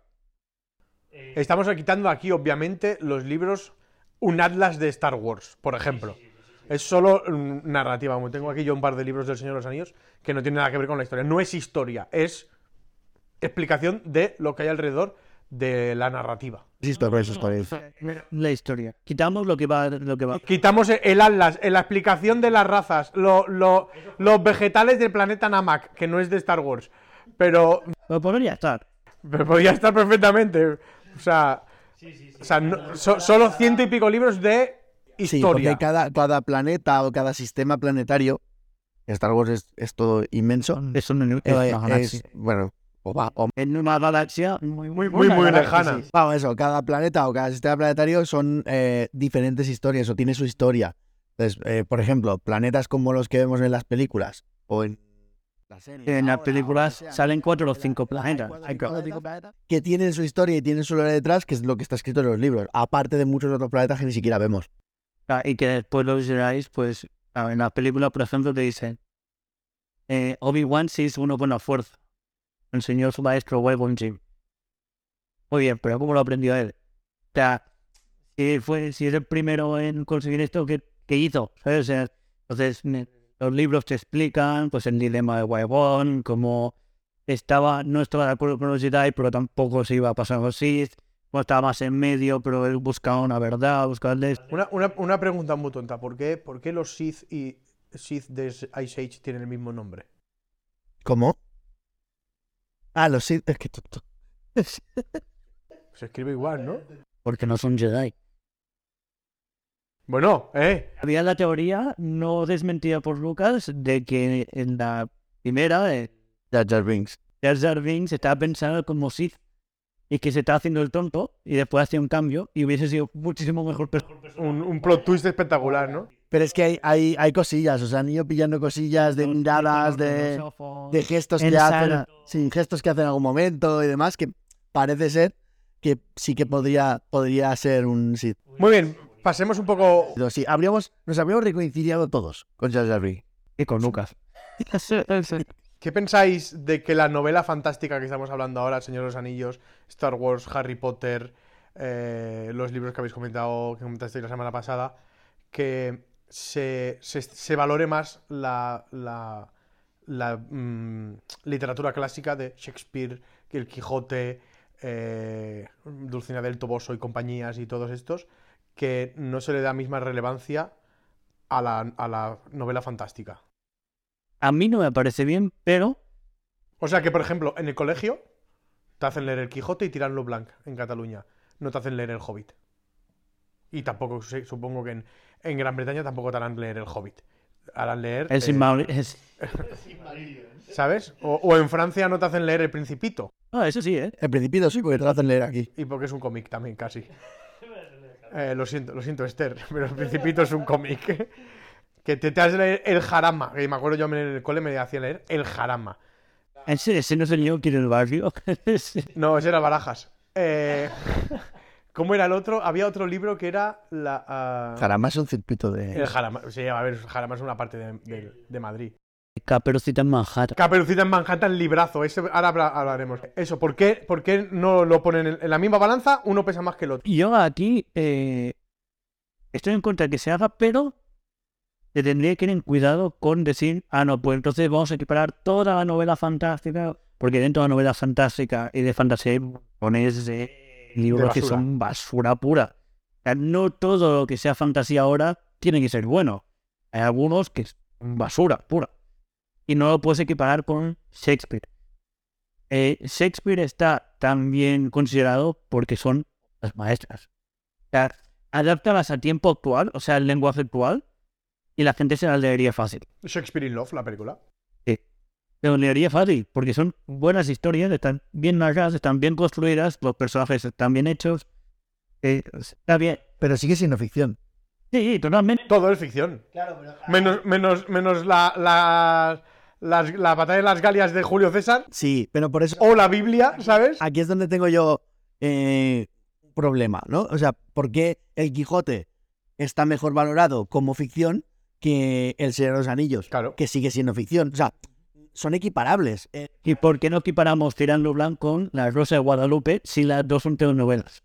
A: Estamos quitando aquí, obviamente, los libros, un atlas de Star Wars, por ejemplo. Es solo mm, narrativa. Como tengo aquí yo un par de libros del Señor de los Anillos que no tienen nada que ver con la historia. No es historia, es explicación de lo que hay alrededor de la narrativa.
D: Insisto con esos por ahí.
C: La historia. Quitamos lo que va, lo que va.
A: Quitamos el atlas, la explicación de las razas, lo, lo, los vegetales del planeta Namak, que no es de Star Wars. Pero,
C: Pero podría estar.
A: pero podría estar perfectamente. O sea, o sea no- so- solo ciento y pico libros de
D: Sí,
A: historia.
D: porque cada, cada planeta o cada sistema planetario, Star Wars es, es todo inmenso,
C: Es una, es
D: eh,
C: una
D: es,
C: galaxia.
D: bueno, o va, o
C: En una galaxia muy, muy,
A: Muy, muy
C: galaxia,
A: lejana.
C: sí, sí.
D: Vamos, eso, cada planeta o cada sistema planetario son eh, diferentes historias o tiene su historia. Entonces, eh, por ejemplo, planetas como los que vemos en las películas o en las series.
C: En las
D: ahora,
C: películas
D: o sea,
C: salen cuatro o
D: en la-
C: cinco
D: hay
C: planetas.
D: cuatro o
C: Hay
D: cinco
C: cuatro-
D: planetas que tienen su historia y tienen su lore detrás, que es lo que está escrito en los libros, aparte de muchos otros planetas que ni siquiera vemos.
C: Ah, y que después los Jedi, pues, ah, en la película, por ejemplo, te dicen eh, Obi-Wan sí es uno con la fuerza. Enseñó su maestro Qui-Gon Jinn. Muy bien, pero ¿cómo lo aprendió él? O sea, si fue, si es el primero en conseguir esto, ¿qué, qué hizo? ¿Sabes? O sea, entonces, ne- los libros te explican, pues, el dilema de Qui-Gon, cómo estaba, no estaba de acuerdo con los Jedi, pero tampoco se iba a pasar a los Sith. Bueno, estaba más en medio, pero él buscaba una verdad, buscaba el de
A: Una, una, una pregunta muy tonta. ¿Por qué, por qué los Sith y Sith de Ice Age tienen el mismo nombre?
D: ¿Cómo? Ah, los Sith, es que tonto.
A: Se escribe igual, ¿no?
C: porque no son Jedi.
A: Bueno, eh.
C: Había la teoría, no desmentida por Lucas, de que en la primera, eh,
D: Jar Jar Binks.
C: Jar Jar Binks estaba pensado como Sith y que se estaba haciendo el tonto y después hacía un cambio y hubiese sido muchísimo mejor persona.
A: Un, un plot twist espectacular, ¿no?
D: Pero es que hay, hay, hay cosillas, o sea, han ido pillando cosillas de miradas, de, de gestos
C: En
D: que hacen,
C: Sara.
D: sí, gestos que hacen en algún momento y demás, que parece ser que sí que podría, podría ser un Sith.
A: Muy bien, pasemos un poco.
D: Pero sí, habríamos, nos habríamos reconciliado todos con Jar Jar Binks.
C: Y con Lucas.
A: ¿Qué pensáis de que la novela fantástica que estamos hablando ahora, El Señor de los Anillos, Star Wars, Harry Potter, eh, los libros que habéis comentado, que comentasteis la semana pasada, que se, se, se valore más la, la, la mm, literatura clásica de Shakespeare, El Quijote, eh, Dulcinea del Toboso y compañías y todos estos, que no se le da misma relevancia a la, a la novela fantástica?
C: A mí no me parece bien, pero
A: O sea que, por ejemplo, en el colegio te hacen leer El Quijote y Tirant-lo Blanc en Cataluña. No te hacen leer El Hobbit. Y tampoco, sé, supongo que en, en Gran Bretaña tampoco te harán leer El Hobbit. Harán leer...
C: es,
A: eh,
C: inma- es-
A: ¿Sabes? O, o en Francia no te hacen leer El Principito.
C: Ah, eso sí, ¿eh?
D: El Principito sí, porque te lo hacen leer aquí.
A: Y porque es un cómic también, casi. Eh, lo siento, lo siento, Esther, pero El Principito es un cómic. Que te, te has de leer El Jarama. Que me acuerdo yo en el cole me hacían leer El Jarama.
C: Ese, ese no es el niño que quiere el barrio. Ese-
A: No, ese era Barajas. Eh, ¿Cómo era el otro? Había otro libro que era la... ah,
D: Jarama es un circuito de...
A: El Jarama. Sí, a ver, Jarama es una parte de, de- de Madrid.
C: Caperucita en Manhattan.
A: Caperucita en Manhattan, librazo. Ese, ahora habla- hablaremos. Eso, ¿por qué, por qué no lo ponen en, en la misma balanza? Uno pesa más que el otro.
C: Yo aquí eh, estoy en contra de que se haga, pero te tendría que ir en cuidado con decir, ah, no, pues entonces vamos a equiparar toda la novela fantástica, porque dentro de la novela fantástica y de fantasía pones eh, libros que
A: basura.
C: son basura pura. O sea, no todo lo que sea fantasía ahora tiene que ser bueno. Hay algunos que son basura pura. Y no lo puedes equiparar con Shakespeare. Eh, Shakespeare está también considerado porque son las maestras. O sea, adáptalas al tiempo actual, o sea, al lenguaje actual, y la gente se las leería fácil.
A: Shakespeare in Love, la película.
C: Se las leería fácil, porque son buenas historias, están bien narradas, están bien construidas, los personajes están bien hechos. eh, está bien.
D: Pero sigue siendo ficción.
C: Sí, totalmente.
A: Todo es ficción.
B: Claro, pero...
A: Menos, menos, menos la, la, las- la batalla de las Galias de Julio César
D: Sí, pero por eso
A: o la Biblia, ¿sabes?
D: aquí es donde tengo yo eh, un problema, ¿no? O sea, ¿por qué el Quijote está mejor valorado como ficción que el Señor de los Anillos?
A: Claro.
D: Que sigue siendo ficción. O sea, son equiparables. Eh,
C: ¿Y por qué no equiparamos Tirando Blanc con La Rosa de Guadalupe si las dos son telenovelas?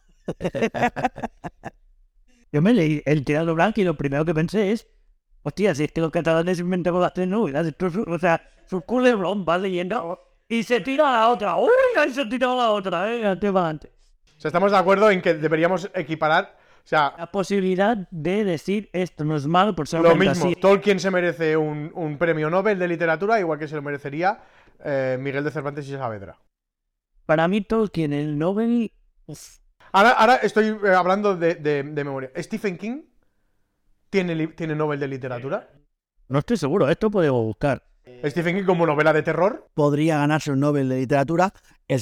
C: Yo me leí el Tirando Blanc y lo primero que pensé es, hostia, si es que los catalanes inventaron las telenovelas, esto es, o sea, su culebrón va leyendo y se tira a la otra, uy, ahí se tira a la otra, eh, antes va antes.
A: O sea, estamos de acuerdo en que deberíamos equiparar, o sea,
C: La posibilidad de decir esto no es malo por ser
A: lo
C: fantasía.
A: mismo. Tolkien se merece un, un premio Nobel de literatura, igual que se lo merecería eh, Miguel de Cervantes y Saavedra.
C: Para mí Tolkien, el Nobel... uf,
A: Ahora, ahora estoy eh, hablando de, de- de memoria. ¿Stephen King tiene, li- tiene Nobel de literatura?
C: no estoy seguro, esto podemos buscar.
A: ¿Stephen King como novela de terror?
D: podría ganarse un Nobel de literatura. Es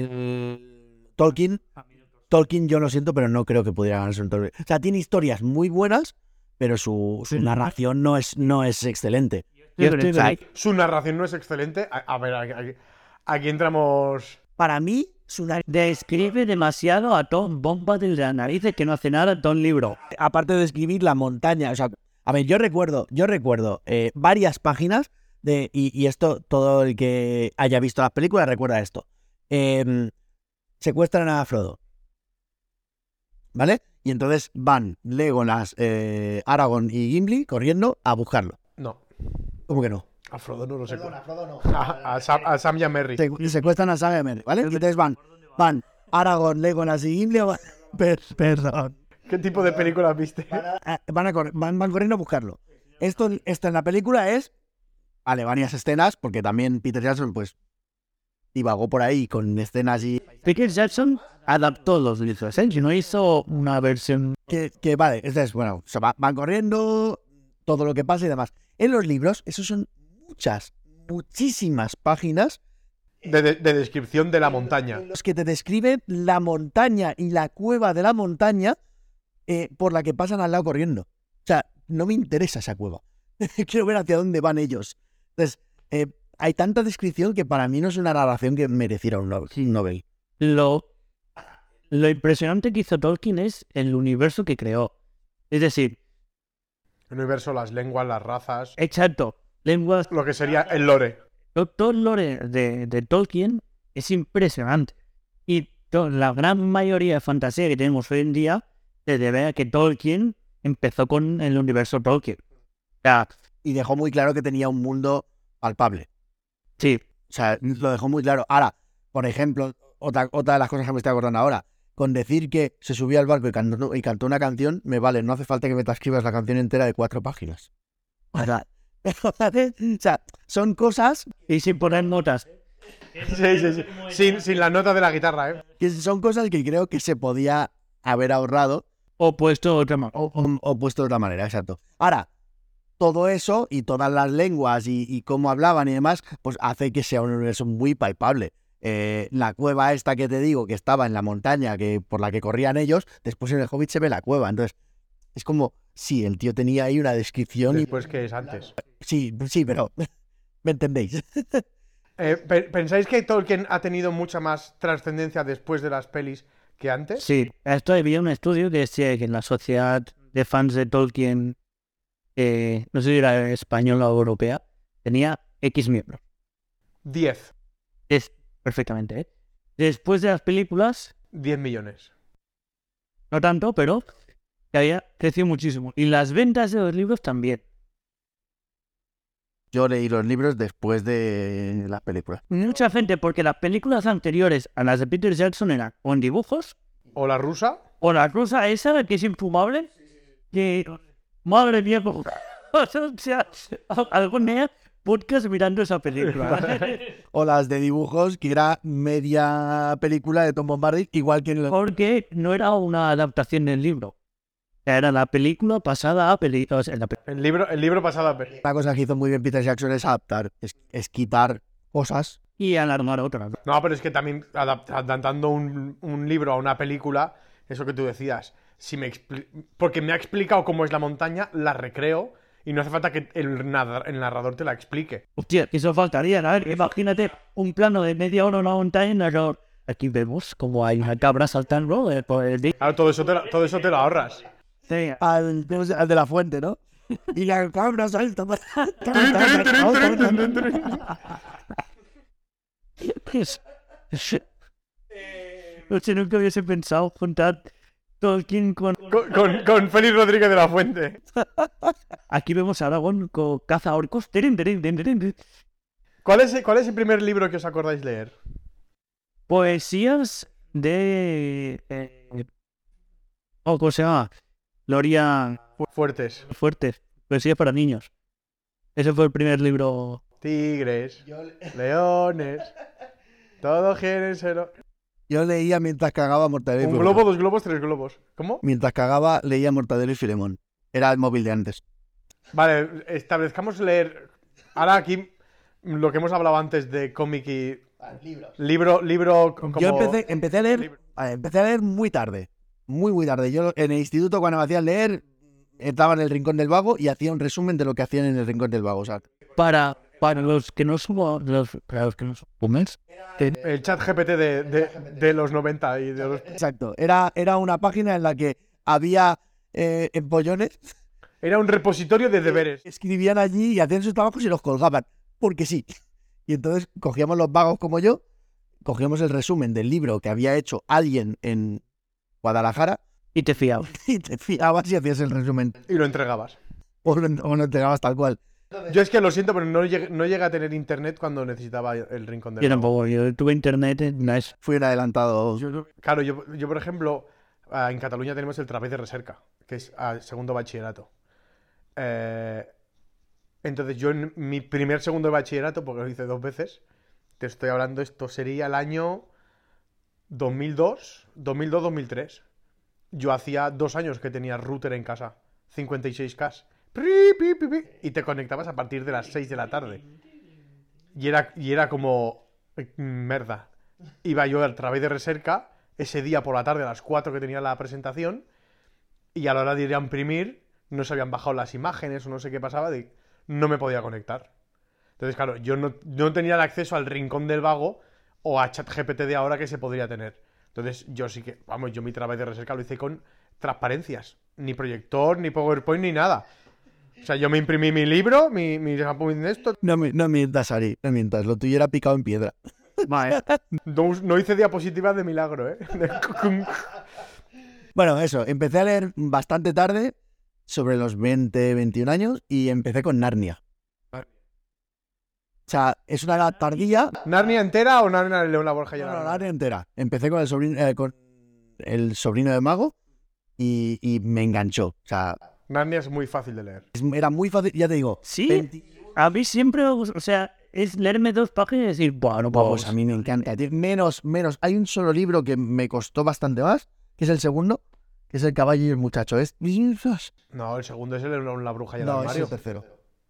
D: el Tolkien. Tolkien, yo lo siento, pero no creo que pudiera ganarse un Nobel. O sea, tiene historias muy buenas, pero su, su
C: Sí.
D: narración no es, no es excelente.
C: Yo estoy
D: O sea,
A: Su narración no es excelente. A, a ver, aquí, aquí- aquí entramos...
D: para mí, su nar-
C: Describe demasiado a Tom Bombadil de las narices que no hace nada en todo el libro.
D: aparte de escribir la montaña, o sea, a ver, yo recuerdo, yo recuerdo eh, varias páginas de, y, y esto, todo el que haya visto las películas recuerda esto. Eh, secuestran a Frodo, ¿vale? Y entonces van Legolas, eh, Aragorn y Gimli corriendo a buscarlo.
A: No,
D: ¿Cómo que no?
A: a Frodo no lo sé.
B: Perdona, Frodo no.
A: A, a Sam, a Sam y a Merry.
D: Se- secuestran a Sam y a Merry, ¿vale? Y entonces van, van Aragorn, Legolas y Gimli, van, per- perdón,
A: ¿Qué tipo de películas viste?
D: Ah, van, a correr- van, van corriendo a buscarlo. Esto, esto en la película es, vale, varias escenas, porque también Peter Jackson, pues, divagó por ahí con escenas y
C: Peter Jackson adaptó los libros, ¿eh? Y no hizo una versión...
D: que, que vale, entonces, bueno, se va- van corriendo, todo lo que pasa y demás. En los libros, esos son muchas, muchísimas páginas
A: De, de- de descripción de la montaña.
D: en los que te describen la montaña y la cueva de la montaña eh, por la que pasan al lado corriendo. O sea, no me interesa esa cueva. Quiero ver hacia dónde van ellos. Entonces, eh, hay tanta descripción que para mí no es una narración que mereciera un Nobel. un Nobel.
C: Lo, lo impresionante que hizo Tolkien es el universo que creó. Es decir,
A: El universo, las lenguas, las razas.
C: exacto, lenguas...
A: Lo que sería el lore.
C: to- Todo el lore de, de Tolkien es impresionante. Y to- la gran mayoría de fantasía que tenemos hoy en día se debe a que Tolkien empezó con el universo Tolkien. O sea,
D: Y dejó muy claro que tenía un mundo palpable.
C: sí,
D: O sea, lo dejó muy claro. Ahora, por ejemplo, otra, otra de las cosas que me estoy acordando ahora, con decir que se subió al barco y cantó, y cantó una canción, me vale, no hace falta que me transcribas la canción entera de cuatro páginas. O sea, o sea, son cosas
C: y sin poner notas.
A: Sí, sí, sí. Sin, sin la nota de la guitarra, ¿eh?
D: que son cosas que creo que se podía haber ahorrado
C: O puesto otra más.
D: o, o- o puesto de otra manera, exacto. Ahora, todo eso y todas las lenguas y, y cómo hablaban y demás, pues hace que sea un universo muy palpable. Eh, la cueva esta que te digo, que estaba en la montaña que por la que corrían ellos, después en el Hobbit se ve la cueva. Entonces, es como, sí, el tío tenía ahí una descripción y...
A: Después que es antes.
D: Sí, sí, pero... ¿Me entendéis?
A: Eh, pe- ¿Pensáis que Tolkien ha tenido mucha más trascendencia después de las pelis que antes?
C: Sí, esto había un estudio que decía que en la sociedad de fans de Tolkien, eh, no sé si era española o europea, tenía X miembros.
A: diez.
C: Es perfectamente, ¿eh? Después de las películas,
A: diez millones.
C: no tanto, pero que había crecido muchísimo. Y las ventas de los libros también.
D: Yo leí los libros después de las películas.
C: Mucha gente, porque las películas anteriores a las de Peter Jackson eran o en dibujos,
A: ¿O la rusa?
C: o la rusa esa, que es infumable, que... Madre mía, como- o sea, algún día podcast mirando esa película.
D: O las de dibujos, que era media película de Tom Bombadil, igual que en los...
C: Porque no era una adaptación del libro. Era la película pasada a películas. La pe-
A: El libro, el libro pasado a peli.
D: Una cosa que hizo muy bien Peter Jackson es adaptar, es, es quitar cosas.
C: y alarmar otra.
A: No, pero es que también adapt- adaptando un, un libro a una película, eso que tú decías, si me expli- porque me ha explicado cómo es la montaña, la recreo y no hace falta que el, narra- el narrador te la explique.
C: Hostia, que eso faltaría. A ver, imagínate un plano de media hora en una montaña y narrador. Aquí vemos como hay una cabra saltando eh, por el día.
A: Claro, todo eso te lo, todo eso te lo ahorras.
C: Sí,
D: Al, al de la fuente, ¿no? Y la cabra salta.
C: es- No sé, nunca hubiese pensado juntar Tolkien con...
A: Con, con, con Félix Rodríguez de la Fuente.
C: Aquí vemos a Aragorn con caza orcos. Tirin, tirin, tirin, tirin.
A: ¿Cuál es, ¿Cuál es el primer libro que os acordáis leer?
C: Poesías de... Eh... Oh, ¿cómo se llama? Gloria
A: Fu- Fuertes.
C: Fuertes. Poesías para niños. Ese fue el primer libro.
A: Tigres. Leones. Todos quieren ser...
D: Yo leía mientras cagaba Mortadelo y
A: Un
D: Filemón.
A: globo, dos globos, tres globos. ¿Cómo?
D: Mientras cagaba, leía Mortadelo y Filemón. Era el móvil de antes.
A: Vale, establezcamos leer... Ahora aquí, lo que hemos hablado antes de cómic y...
B: Libros.
A: Libro, libro como...
D: Yo empecé, empecé a leer,
A: Libro.
D: a ver, empecé a leer muy tarde. Muy, muy tarde. Yo en el instituto, cuando me hacían leer, estaba en el Rincón del Vago y hacía un resumen de lo que hacían en el Rincón del Vago. O sea,
C: Para, para los que no somos... Los, para los que no son boomers. eh,
A: El chat G P T de, de, de los noventa y de los...
D: exacto. Era, era una página en la que había eh, empollones,
A: Era un repositorio de deberes.
D: escribían allí y hacían sus trabajos y los colgaban. Porque sí. Y entonces cogíamos los vagos como yo, cogíamos el resumen del libro que había hecho alguien en Guadalajara
C: y te fiabas.
D: y te fiabas y hacías el resumen.
A: Y lo entregabas.
D: O lo, o lo entregabas tal cual.
A: Yo es que lo siento, pero no llegué, no llegué a tener internet cuando necesitaba el rincón del
C: Yo
A: Vago.
C: tampoco. Yo tuve internet en una vez.
D: Fui un adelantado.
A: Claro, yo, yo por ejemplo, ah, en Cataluña tenemos el Través de Recerca, que es ah, segundo bachillerato. Eh, entonces yo en mi primer segundo de bachillerato, porque lo hice dos veces, te estoy hablando, esto sería el año dos mil dos, dos mil dos, dos mil tres. Yo hacía dos años que tenía router en casa, cincuenta y seis K. Pri, pi, pi, pi, y te conectabas a partir de las seis de la tarde. Y era, y era como... eh, Merda. Iba yo al Través de Recerca ese día por la tarde a las cuatro que tenía la presentación y a la hora de ir a imprimir no se habían bajado las imágenes o no sé qué pasaba, de, no me podía conectar. Entonces, claro, yo no, no tenía el acceso al Rincón del Vago o a ChatGPT de ahora que se podría tener. Entonces, yo sí que, vamos, yo mi Través de Recerca lo hice con transparencias. Ni proyector, ni PowerPoint, ni nada. O sea, yo me imprimí mi libro, mi, mi apuntes de esto.
D: No, mi- no mientas, Ari, no mientas. Lo tuyo era picado en piedra.
C: Vale.
A: No, no hice diapositivas de milagro, ¿eh?
D: Bueno, eso. Empecé a leer bastante tarde, sobre los veinte, veintiún años, y empecé con Narnia. O sea, es una edad tardía.
A: ¿Narnia entera o Narnia de León Borja y
D: No,
A: el
D: no,
A: Armario?
D: Narnia entera. Empecé con el sobrino, eh, con el sobrino de Mago y, y me enganchó. O sea,
A: Narnia es muy fácil de leer.
D: es- era muy fácil. Ya te digo.
C: Sí,
D: veinte
C: a mí siempre me gusta, o sea, es leerme dos páginas y decir, bueno, no puedo.
D: Pues a mí me encanta, tío. Menos, menos. Hay un solo libro que me costó bastante más, que es el segundo, que es El caballo y el muchacho. Es...
A: No, el segundo es el León, la Bruja y el
D: No, es
A: Armario.
D: el tercero.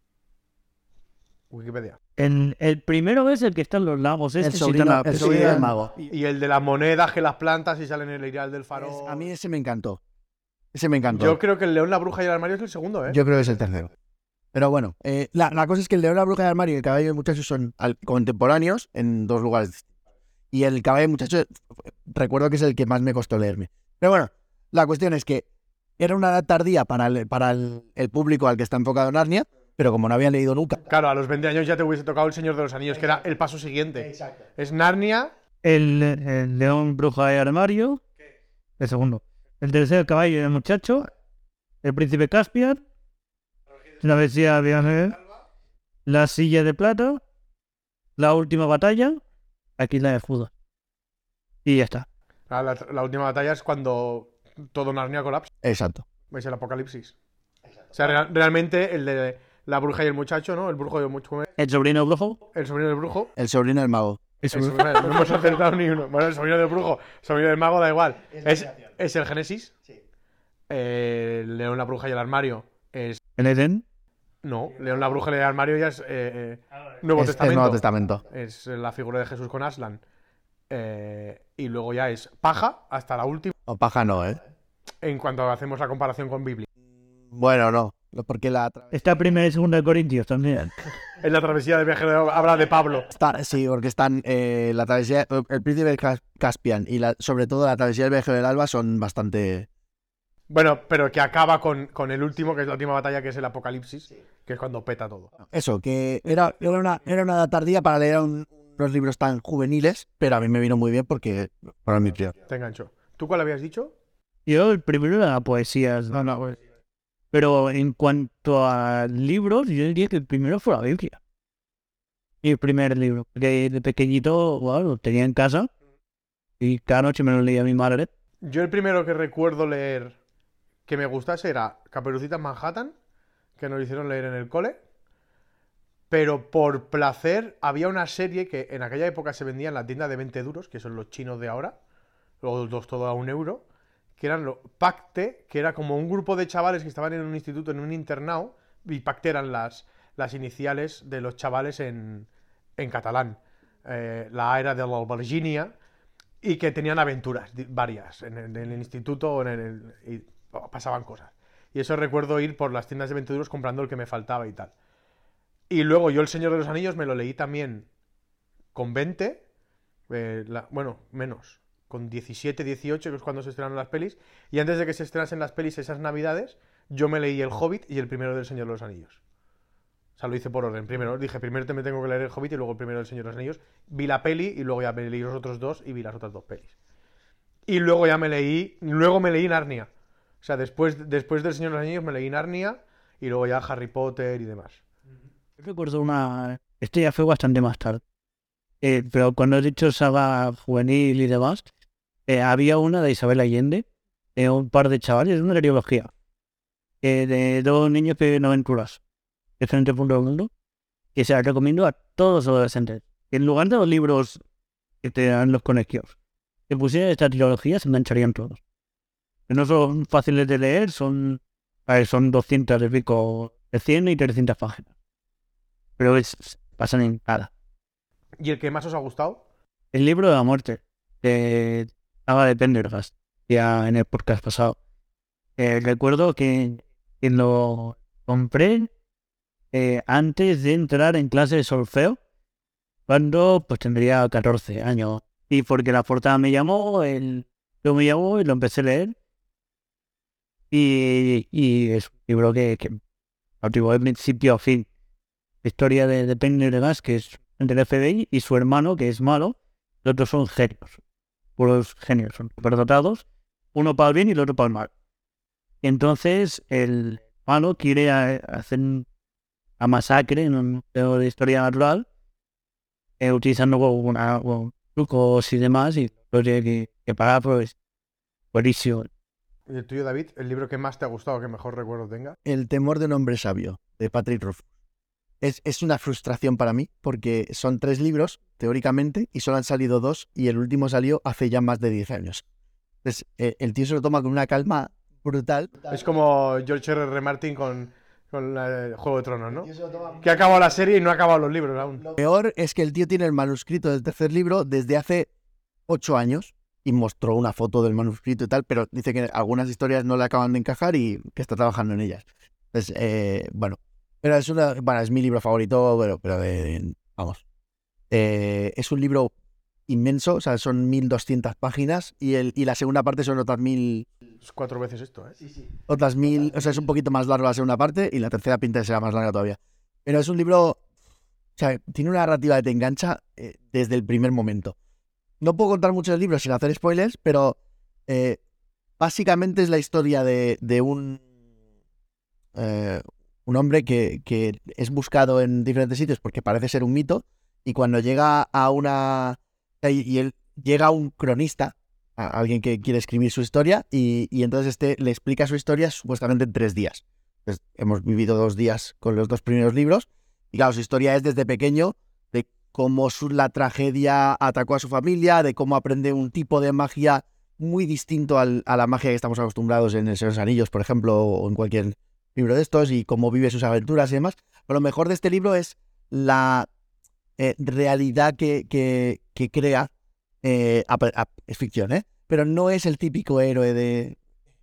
A: Wikipedia.
C: El, el primero es el que está en los lagos. Este
D: El
C: sí
D: sobrino,
C: está-
D: el
C: sí,
D: sobrino
C: eh,
D: del mago.
A: Y el de las monedas que las plantas y salen en el ideal del faro.
D: A mí ese me encantó. Ese me encantó.
A: Yo creo que el León, la Bruja y el Armario es el segundo, ¿eh?
D: Yo creo que es el tercero. Pero bueno, eh, la, la cosa es que el león, la bruja y el armario y el caballo y el muchacho son al- contemporáneos en dos lugares distintos. Y el caballo y el muchacho, recuerdo que es el que más me costó leerme. Pero bueno, la cuestión es que era una edad tardía para el, para el, el público al que está enfocado Narnia, pero como no habían leído nunca.
A: Claro, a los veinte años ya te hubiese tocado El Señor de los Anillos, que era el paso siguiente.
B: Exacto.
A: Es Narnia.
C: El, el león, bruja y armario. El segundo. El tercero, el caballo y el muchacho. El príncipe Caspian. La bestia viaje. La silla de plata. La última batalla. Aquí la de Judas. Y ya está.
A: La, la- la última batalla es cuando todo Narnia colapsa.
D: Exacto.
A: Es el apocalipsis. O sea, real- realmente el de la bruja y el muchacho, ¿no? El brujo y el muchacho.
C: El sobrino brujo.
A: El sobrino del brujo.
D: El sobrino del mago.
A: El sobrino- no hemos acertado ni uno. Bueno, el sobrino del brujo, el sobrino del mago, da igual. Es, es el Génesis.
B: Sí.
A: Eh, el León, la bruja y el armario es.
C: El Edén.
A: No, León, la bruja y el armario ya es eh, eh, Nuevo
D: Es, es
A: Testamento.
D: Nuevo Testamento.
A: Es la figura de Jesús con Aslan. Eh, y luego ya es paja hasta la última.
D: O paja no, ¿eh?
A: en cuanto hacemos la comparación con Biblia.
D: Bueno, no, porque la
C: Esta primera y segunda de Corintios también.
A: En la travesía del viaje de, habla de Pablo.
D: Está, sí, porque están eh, la travesía, el príncipe del Cas- Caspian y la, sobre todo la travesía del viaje del Alba son bastante...
A: Bueno, pero que acaba con, con el último, que es la última batalla, que es el Apocalipsis, que es cuando peta todo.
D: Eso, que era, era, una, era una edad tardía para leer un- unos libros tan juveniles, pero a mí me vino muy bien porque para mi prior.
A: Te engancho. ¿Tú cuál habías dicho?
C: Yo el primero era la poesía. No, no, pues. Pero en cuanto a libros, yo diría que el primero fue la Biblia. Mi primer libro. Porque de pequeñito, bueno, lo tenía en casa. Y cada noche me lo leía mi madre.
A: Yo el primero que recuerdo leer que me gustase era Caperucita en Manhattan, que nos hicieron leer en el cole. Pero por placer había una serie que en aquella época se vendía en la tienda de veinte duros, que son los chinos de ahora, los dos todo a un euro, que eran los Pacte, que era como un grupo de chavales que estaban en un instituto, en un internado, y Pacte eran las, las iniciales de los chavales en, en catalán. Eh, la A era de la Virginia, y que tenían aventuras di- varias en, el- en el instituto o en el, y pasaban cosas. Y eso recuerdo ir por las tiendas de veinte duros comprando el que me faltaba y tal. Y luego yo El Señor de los Anillos me lo leí también con veinte, eh, la- bueno, menos, con diecisiete, dieciocho, que es cuando se estrenaron las pelis, y antes de que se estrenasen las pelis esas navidades, yo me leí El Hobbit y el primero del Señor de los Anillos. O sea, lo hice por orden. Primero dije, primero te me tengo que leer El Hobbit y luego el primero del Señor de los Anillos. Vi la peli y luego ya me leí los otros dos y vi las otras dos pelis. Y luego ya me leí, luego me leí Narnia. O sea, después, después del Señor de los Anillos me leí Narnia y luego ya Harry Potter y demás.
C: Yo recuerdo una... Este ya fue bastante más tarde. Eh, pero cuando he dicho saga juvenil y demás, eh, había una de Isabel Allende, de un par de chavales, de una trilogía, eh, de dos niños que viven aventuras, de diferentes puntos del mundo, que se la recomiendo a todos los adolescentes. En lugar de los libros que te dan los colegios, que pusieran esta trilogía, se engancharían todos. Que no son fáciles de leer, son, a ver, son doscientas de pico, de cien y trescientas páginas. Pero es, pasan en nada.
A: ¿Y el que más os ha gustado?
C: El libro de la muerte, de Saga de Pendergast, ya en el podcast pasado. Eh, recuerdo que, que lo compré eh, antes de entrar en clase de solfeo, cuando pues tendría catorce años. Y porque la portada me llamó, el lo me llamó y lo empecé a leer. Y, y es un libro que, que cautivó de principio a fin. La historia de, de Pendergast, que es del F B I, y su hermano, que es malo. Los otros son genios. Puros genios, son superdotados. Uno para el bien y el otro para el mal. Y entonces el malo quiere a- hacer una masacre en un museo de historia natural, eh, utilizando una, bueno, trucos y demás, y lo tiene que, que pagar, pues buenísimo.
A: ¿Y el tuyo, David? ¿El libro que más te ha gustado, que mejor recuerdo tenga?
D: El temor de un hombre sabio, de Patrick Rothfuss. Es, es una frustración para mí, porque son tres libros, teóricamente, y solo han salido dos, y el último salió hace ya más de diez años. Entonces, eh, el tío se lo toma con una calma brutal.
A: Es como George R R. Martin con, con la- el Juego de Tronos, ¿no? Que ha acabado la serie y no ha acabado los libros aún.
D: Lo peor es que el tío tiene el manuscrito del tercer libro desde hace ocho años, y mostró una foto del manuscrito y tal, pero dice que algunas historias no le acaban de encajar y que está trabajando en ellas. Entonces, eh, bueno, pero es una, bueno, es mi libro favorito, pero, pero de, de- vamos. Eh, es un libro inmenso, o sea, son mil doscientas páginas y, el, y la segunda parte son otras mil,
A: Es cuatro veces esto, ¿eh?
D: otras mil, o sea, es un poquito más largo la segunda parte y la tercera pinta de será más larga todavía. Pero es un libro, o sea, tiene una narrativa que te engancha eh, desde el primer momento. No puedo contar mucho del libro sin hacer spoilers, pero eh, básicamente es la historia de, de un, eh, un hombre que, que es buscado en diferentes sitios porque parece ser un mito, y cuando llega a una... Y, y él llega a un cronista, a alguien que quiere escribir su historia, y, y entonces este le explica su historia supuestamente en tres días. Entonces, hemos vivido dos días con los dos primeros libros, y claro, su historia es desde pequeño, de cómo su, la tragedia atacó a su familia, de cómo aprende un tipo de magia muy distinto al, a la magia que estamos acostumbrados en El Señor de los Anillos, por ejemplo, o en cualquier libro de estos, y cómo vive sus aventuras y demás. Pero lo mejor de este libro es la eh, realidad que, que, que crea. Eh, a- a- es ficción, ¿eh? Pero no es el típico héroe de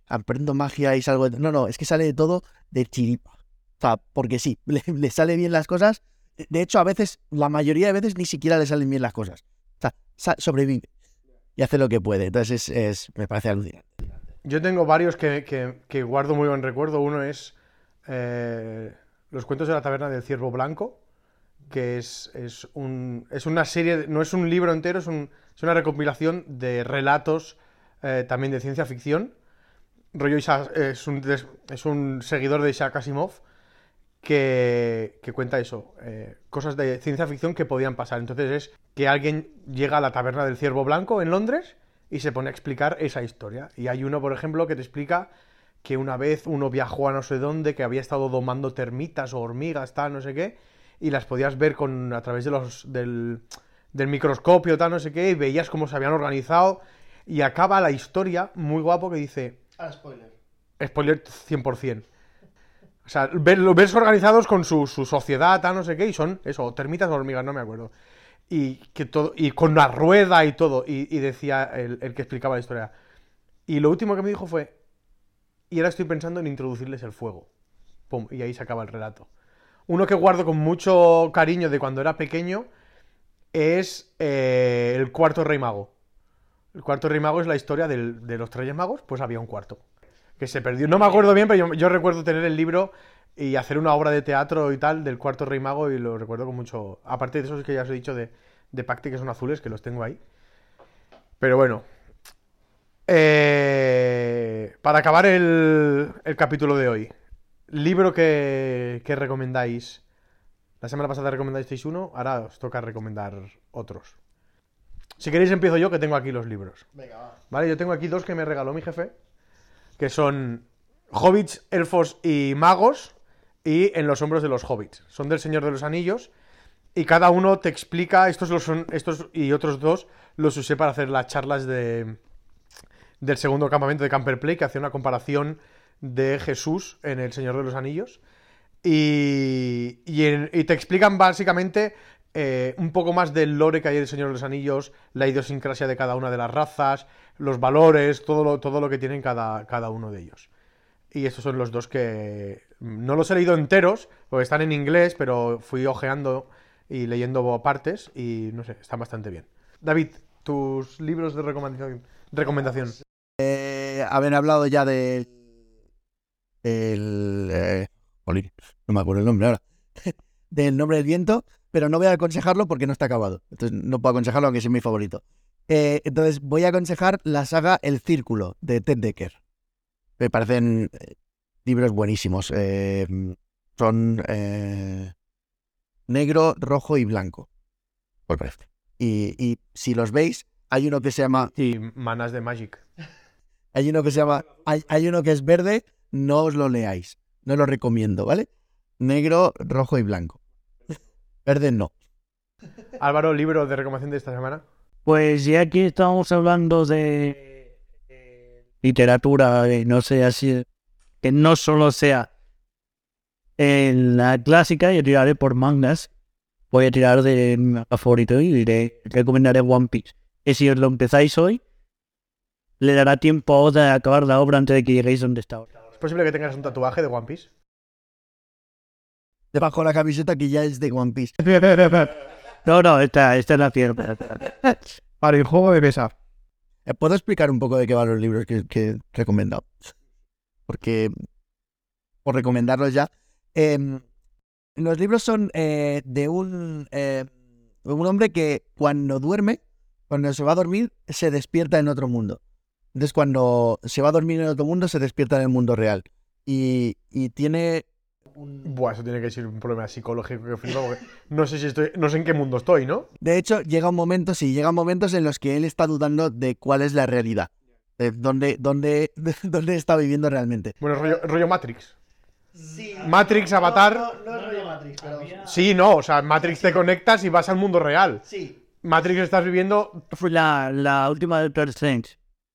D: aprendo magia y salgo de... No, no, es que sale de todo de chiripa. O sea, porque sí, le, le sale bien las cosas. De hecho, a veces, la mayoría de veces ni siquiera le salen bien las cosas. O sea, sa- sobrevive y hace lo que puede. Entonces es, es me parece alucinante.
A: Yo tengo varios que, que- que guardo muy buen recuerdo. Uno es eh, Los cuentos de la taberna del ciervo blanco, que es, es, un, es una serie, no es un libro entero, es, un- es una recopilación de relatos eh, también de ciencia ficción. Rollo Isaac- es, un, des- es un seguidor de Isaac Asimov que, que cuenta eso, eh, cosas de ciencia ficción que podían pasar. Entonces es que alguien llega a la taberna del ciervo blanco en Londres y se pone a explicar esa historia. Y hay uno, por ejemplo, que te explica que una vez uno viajó a no sé dónde, que había estado domando termitas o hormigas, tal, no sé qué, y las podías ver con, a través de los, del, del microscopio, tal, no sé qué, y veías cómo se habían organizado. Y acaba la historia muy guapo que dice...
B: Ah, spoiler.
A: Spoiler cien por ciento. O sea, ves, los ves organizados con su, su sociedad, tal, no sé qué, y son eso, termitas o hormigas, no me acuerdo. Y que todo, y con la rueda y todo. Y, y decía el, el que explicaba la historia. Y lo último que me dijo fue, y ahora estoy pensando en introducirles el fuego. Pum, y ahí se acaba el relato. Uno que guardo con mucho cariño de cuando era pequeño es eh, el cuarto rey mago. El cuarto rey mago es la historia del- de los tres magos, pues había un cuarto que se perdió. No me acuerdo bien, pero yo, yo recuerdo tener el libro y hacer una obra de teatro y tal del cuarto rey mago y lo recuerdo con mucho... Aparte de esos que ya os he dicho de, de Pacte, que son azules, que los tengo ahí. Pero bueno. Eh, para acabar el, el capítulo de hoy, libro que, que recomendáis. La semana pasada recomendasteis uno, ahora os toca recomendar otros. Si queréis empiezo yo, que tengo aquí los libros.
B: Venga, va.
A: Vale, yo tengo aquí dos que me regaló mi jefe, que son Hobbits, Elfos y Magos, y En los hombros de los Hobbits. Son del Señor de los Anillos, y cada uno te explica, estos, los son, estos y otros dos los usé para hacer las charlas de, del segundo campamento de Camper Play, que hacía una comparación de Jesús en El Señor de los Anillos. Y, y, en- y te explican básicamente eh, un poco más del lore que hay en El Señor de los Anillos, la idiosincrasia de cada una de las razas, los valores, todo lo, todo lo que tienen cada, cada uno de ellos. Y estos son los dos que no los he leído enteros, porque están en inglés, pero fui ojeando y leyendo partes y no sé, están bastante bien. David, tus libros de recomendación. recomendación.
D: Eh, haber hablado ya de... El... Eh, jolín, no me acuerdo el nombre ahora. Del Nombre del Viento, pero no voy a aconsejarlo porque no está acabado. Entonces no puedo aconsejarlo aunque sea mi favorito. Eh, entonces voy a aconsejar la saga El Círculo de Ted Dekker. Me parecen eh, libros buenísimos. Eh, son eh, negro, rojo y blanco. Por parece. Y, y si los veis, hay uno que se llama...
A: Y Manas de Magic.
D: Hay uno que se llama... Hay, hay uno que es verde, no os lo leáis. No lo recomiendo, ¿vale? Negro, rojo y blanco. Verde no.
A: Álvaro, libro de recomendación de esta semana.
C: Pues ya aquí estamos hablando de eh, literatura, eh, no sé, así, que no solo sea en la clásica, yo tiraré por mangas, voy a tirar de mi manga favorito y diré, recomendaré One Piece. Y si os lo empezáis hoy, le dará tiempo a Oda a acabar la obra antes de que lleguéis donde está ahora.
A: ¿Es posible que tengas un tatuaje de One Piece?
D: Debajo de la camiseta que ya es de One Piece.
C: No, no, esta, esta es la cierta.
A: Vale, el juego de mesa.
D: Eh, ¿Puedo explicar un poco de qué van los libros que, que he recomendado? Porque, por recomendarlos ya, eh, los libros son eh, de un, eh, un hombre que cuando duerme, cuando se va a dormir, se despierta en otro mundo. Entonces, cuando se va a dormir en otro mundo, se despierta en el mundo real. Y, y tiene... un-
A: Buah, eso tiene que ser un problema psicológico que flipa, porque no sé si estoy, no sé en qué mundo estoy, ¿no?
D: De hecho, llega un momento, sí, llegan momentos en los que él está dudando de cuál es la realidad. De dónde, dónde, dónde está viviendo realmente.
A: Bueno, rollo, rollo Matrix.
B: Sí.
A: Matrix, Avatar.
B: No, no es rollo Matrix, pero.
A: Sí, no, o sea, Matrix te conectas y vas al mundo real.
B: Sí.
A: Matrix estás viviendo
C: Fue la, la última de Doctor Strange,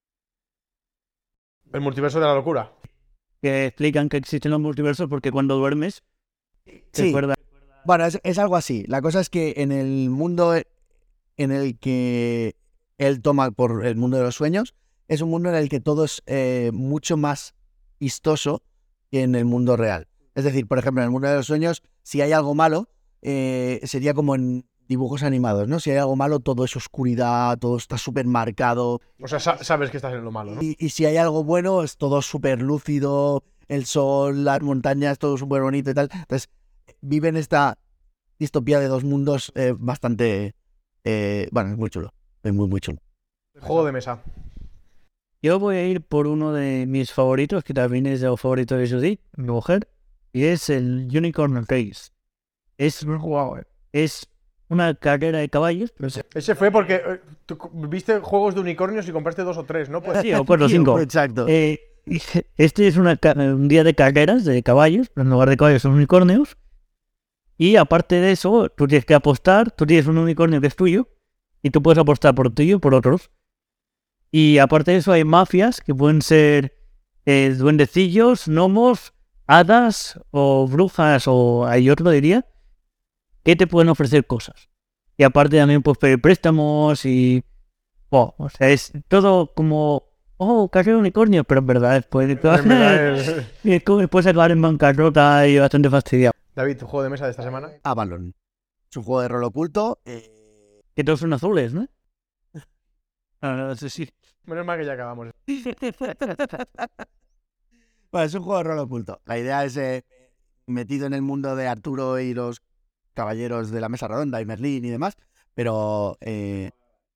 A: el multiverso de la locura.
C: que explican que existen los multiversos porque cuando duermes, te
D: Sí.
C: acuerdas.
D: Bueno, es, es algo así. La cosa es que en el mundo en el que él toma por el mundo de los sueños, es un mundo en el que todo es eh, mucho más vistoso que en el mundo real. Es decir, por ejemplo, en el mundo de los sueños, si hay algo malo, eh, sería como en dibujos animados, ¿no? Si hay algo malo, todo es oscuridad, todo está súper marcado.
A: O sea, sa- sabes que estás en lo malo, ¿no?
D: Y, y si hay algo bueno, es todo súper lúcido, el sol, las montañas, todo súper bonito y tal. Entonces, viven esta distopía de dos mundos eh, bastante... eh, bueno, es muy chulo. Es muy, muy chulo.
A: Juego de mesa.
C: Yo voy a ir por uno de mis favoritos, que también es el favorito de Judith, mi mujer, y es el Unicorn Race. Es, es una carrera de caballos, pero se-
A: Ese fue porque eh, tú cu- viste juegos de unicornios y compraste dos o tres, ¿no? Pues,
C: sí, o cuatro o cinco.
D: Exacto.
C: Eh, este es una, ca- un día de carreras de caballos, pero en lugar de caballos son unicornios. Y aparte de eso, tú tienes que apostar, tú tienes un unicornio que es tuyo, y tú puedes apostar por tuyo y por otros. Y aparte de eso hay mafias que pueden ser eh, duendecillos, gnomos, hadas o brujas, o hay otro diría, que te pueden ofrecer cosas. Y aparte también puedes pedir préstamos y... Wow, o sea, es todo como... Oh, carrera de unicornio, pero en verdad después...
A: en verdad es-
C: es como después acabar en bancarrota y bastante fastidiado.
A: David, tu juego de mesa de esta semana.
D: Avalon. Es un juego de rol oculto. eh,
C: Que todos son azules, ¿no? No, no, sí, sí.
A: Menos mal que ya acabamos.
D: Bueno, es un juego de rol oculto. La idea es eh, metido en el mundo de Arturo y los caballeros de la mesa redonda y Merlín y demás. Pero... eh,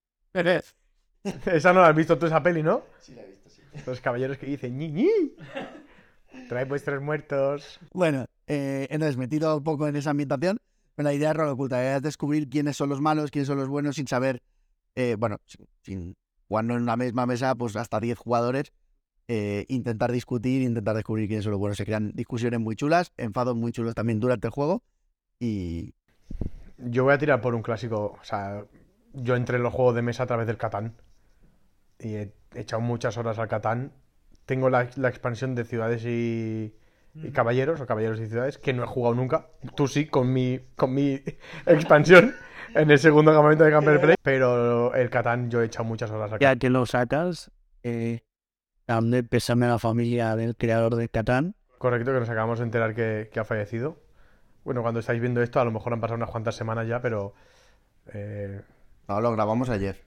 A: Esa no la has visto tú, esa peli, ¿no? Sí, la he visto, sí. Los caballeros que dicen ñi ñi. Trae vuestros muertos.
D: Bueno, eh, entonces metido un poco en esa ambientación, pero la idea es rol oculta, es descubrir quiénes son los malos, quiénes son los buenos, sin saber, eh, bueno, sin, sin jugando en una misma mesa, pues hasta diez jugadores, eh, intentar discutir, intentar descubrir quiénes son los buenos. Se crean discusiones muy chulas, enfados muy chulos también durante el juego, y
A: Yo voy a tirar por un clásico. O sea, yo entré en los juegos de mesa a través del Catán. Y he echado muchas horas al Catán. Tengo la, la expansión de ciudades y, y caballeros, o caballeros y ciudades, que no he jugado nunca. Tú sí, con mi, con mi expansión en el segundo campamento de Camper Play. Pero el Catán yo he echado muchas horas al
C: Ya
A: Catán.
C: que lo sacas, eh, también pésame a la familia del creador de Catán.
A: Correcto, que nos acabamos de enterar que, que ha fallecido. Bueno, cuando estáis viendo esto, a lo mejor han pasado unas cuantas semanas ya, pero... eh,
D: no, lo grabamos ayer.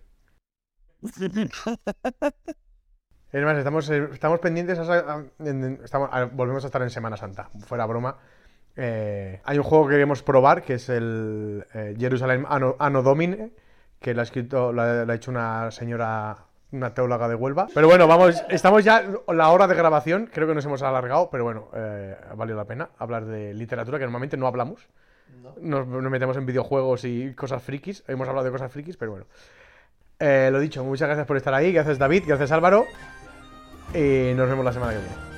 A: Es más, estamos, eh, estamos pendientes, a, a- en- en- estamos- a- volvemos a estar en Semana Santa, fuera broma. Eh, hay un juego que queremos probar, que es el eh, Jerusalem Anno, Anno Domini, que lo ha escrito, lo ha, lo ha hecho una señora, una teóloga de Huelva. Pero bueno, vamos, estamos ya la hora de grabación, creo que nos hemos alargado, pero bueno, eh, valió la pena hablar de literatura, que normalmente no hablamos. Nos, nos metemos en videojuegos y cosas frikis, hemos hablado de cosas frikis, pero bueno. Eh, lo dicho, muchas gracias por estar ahí, gracias David, gracias Álvaro, y nos vemos la semana que viene.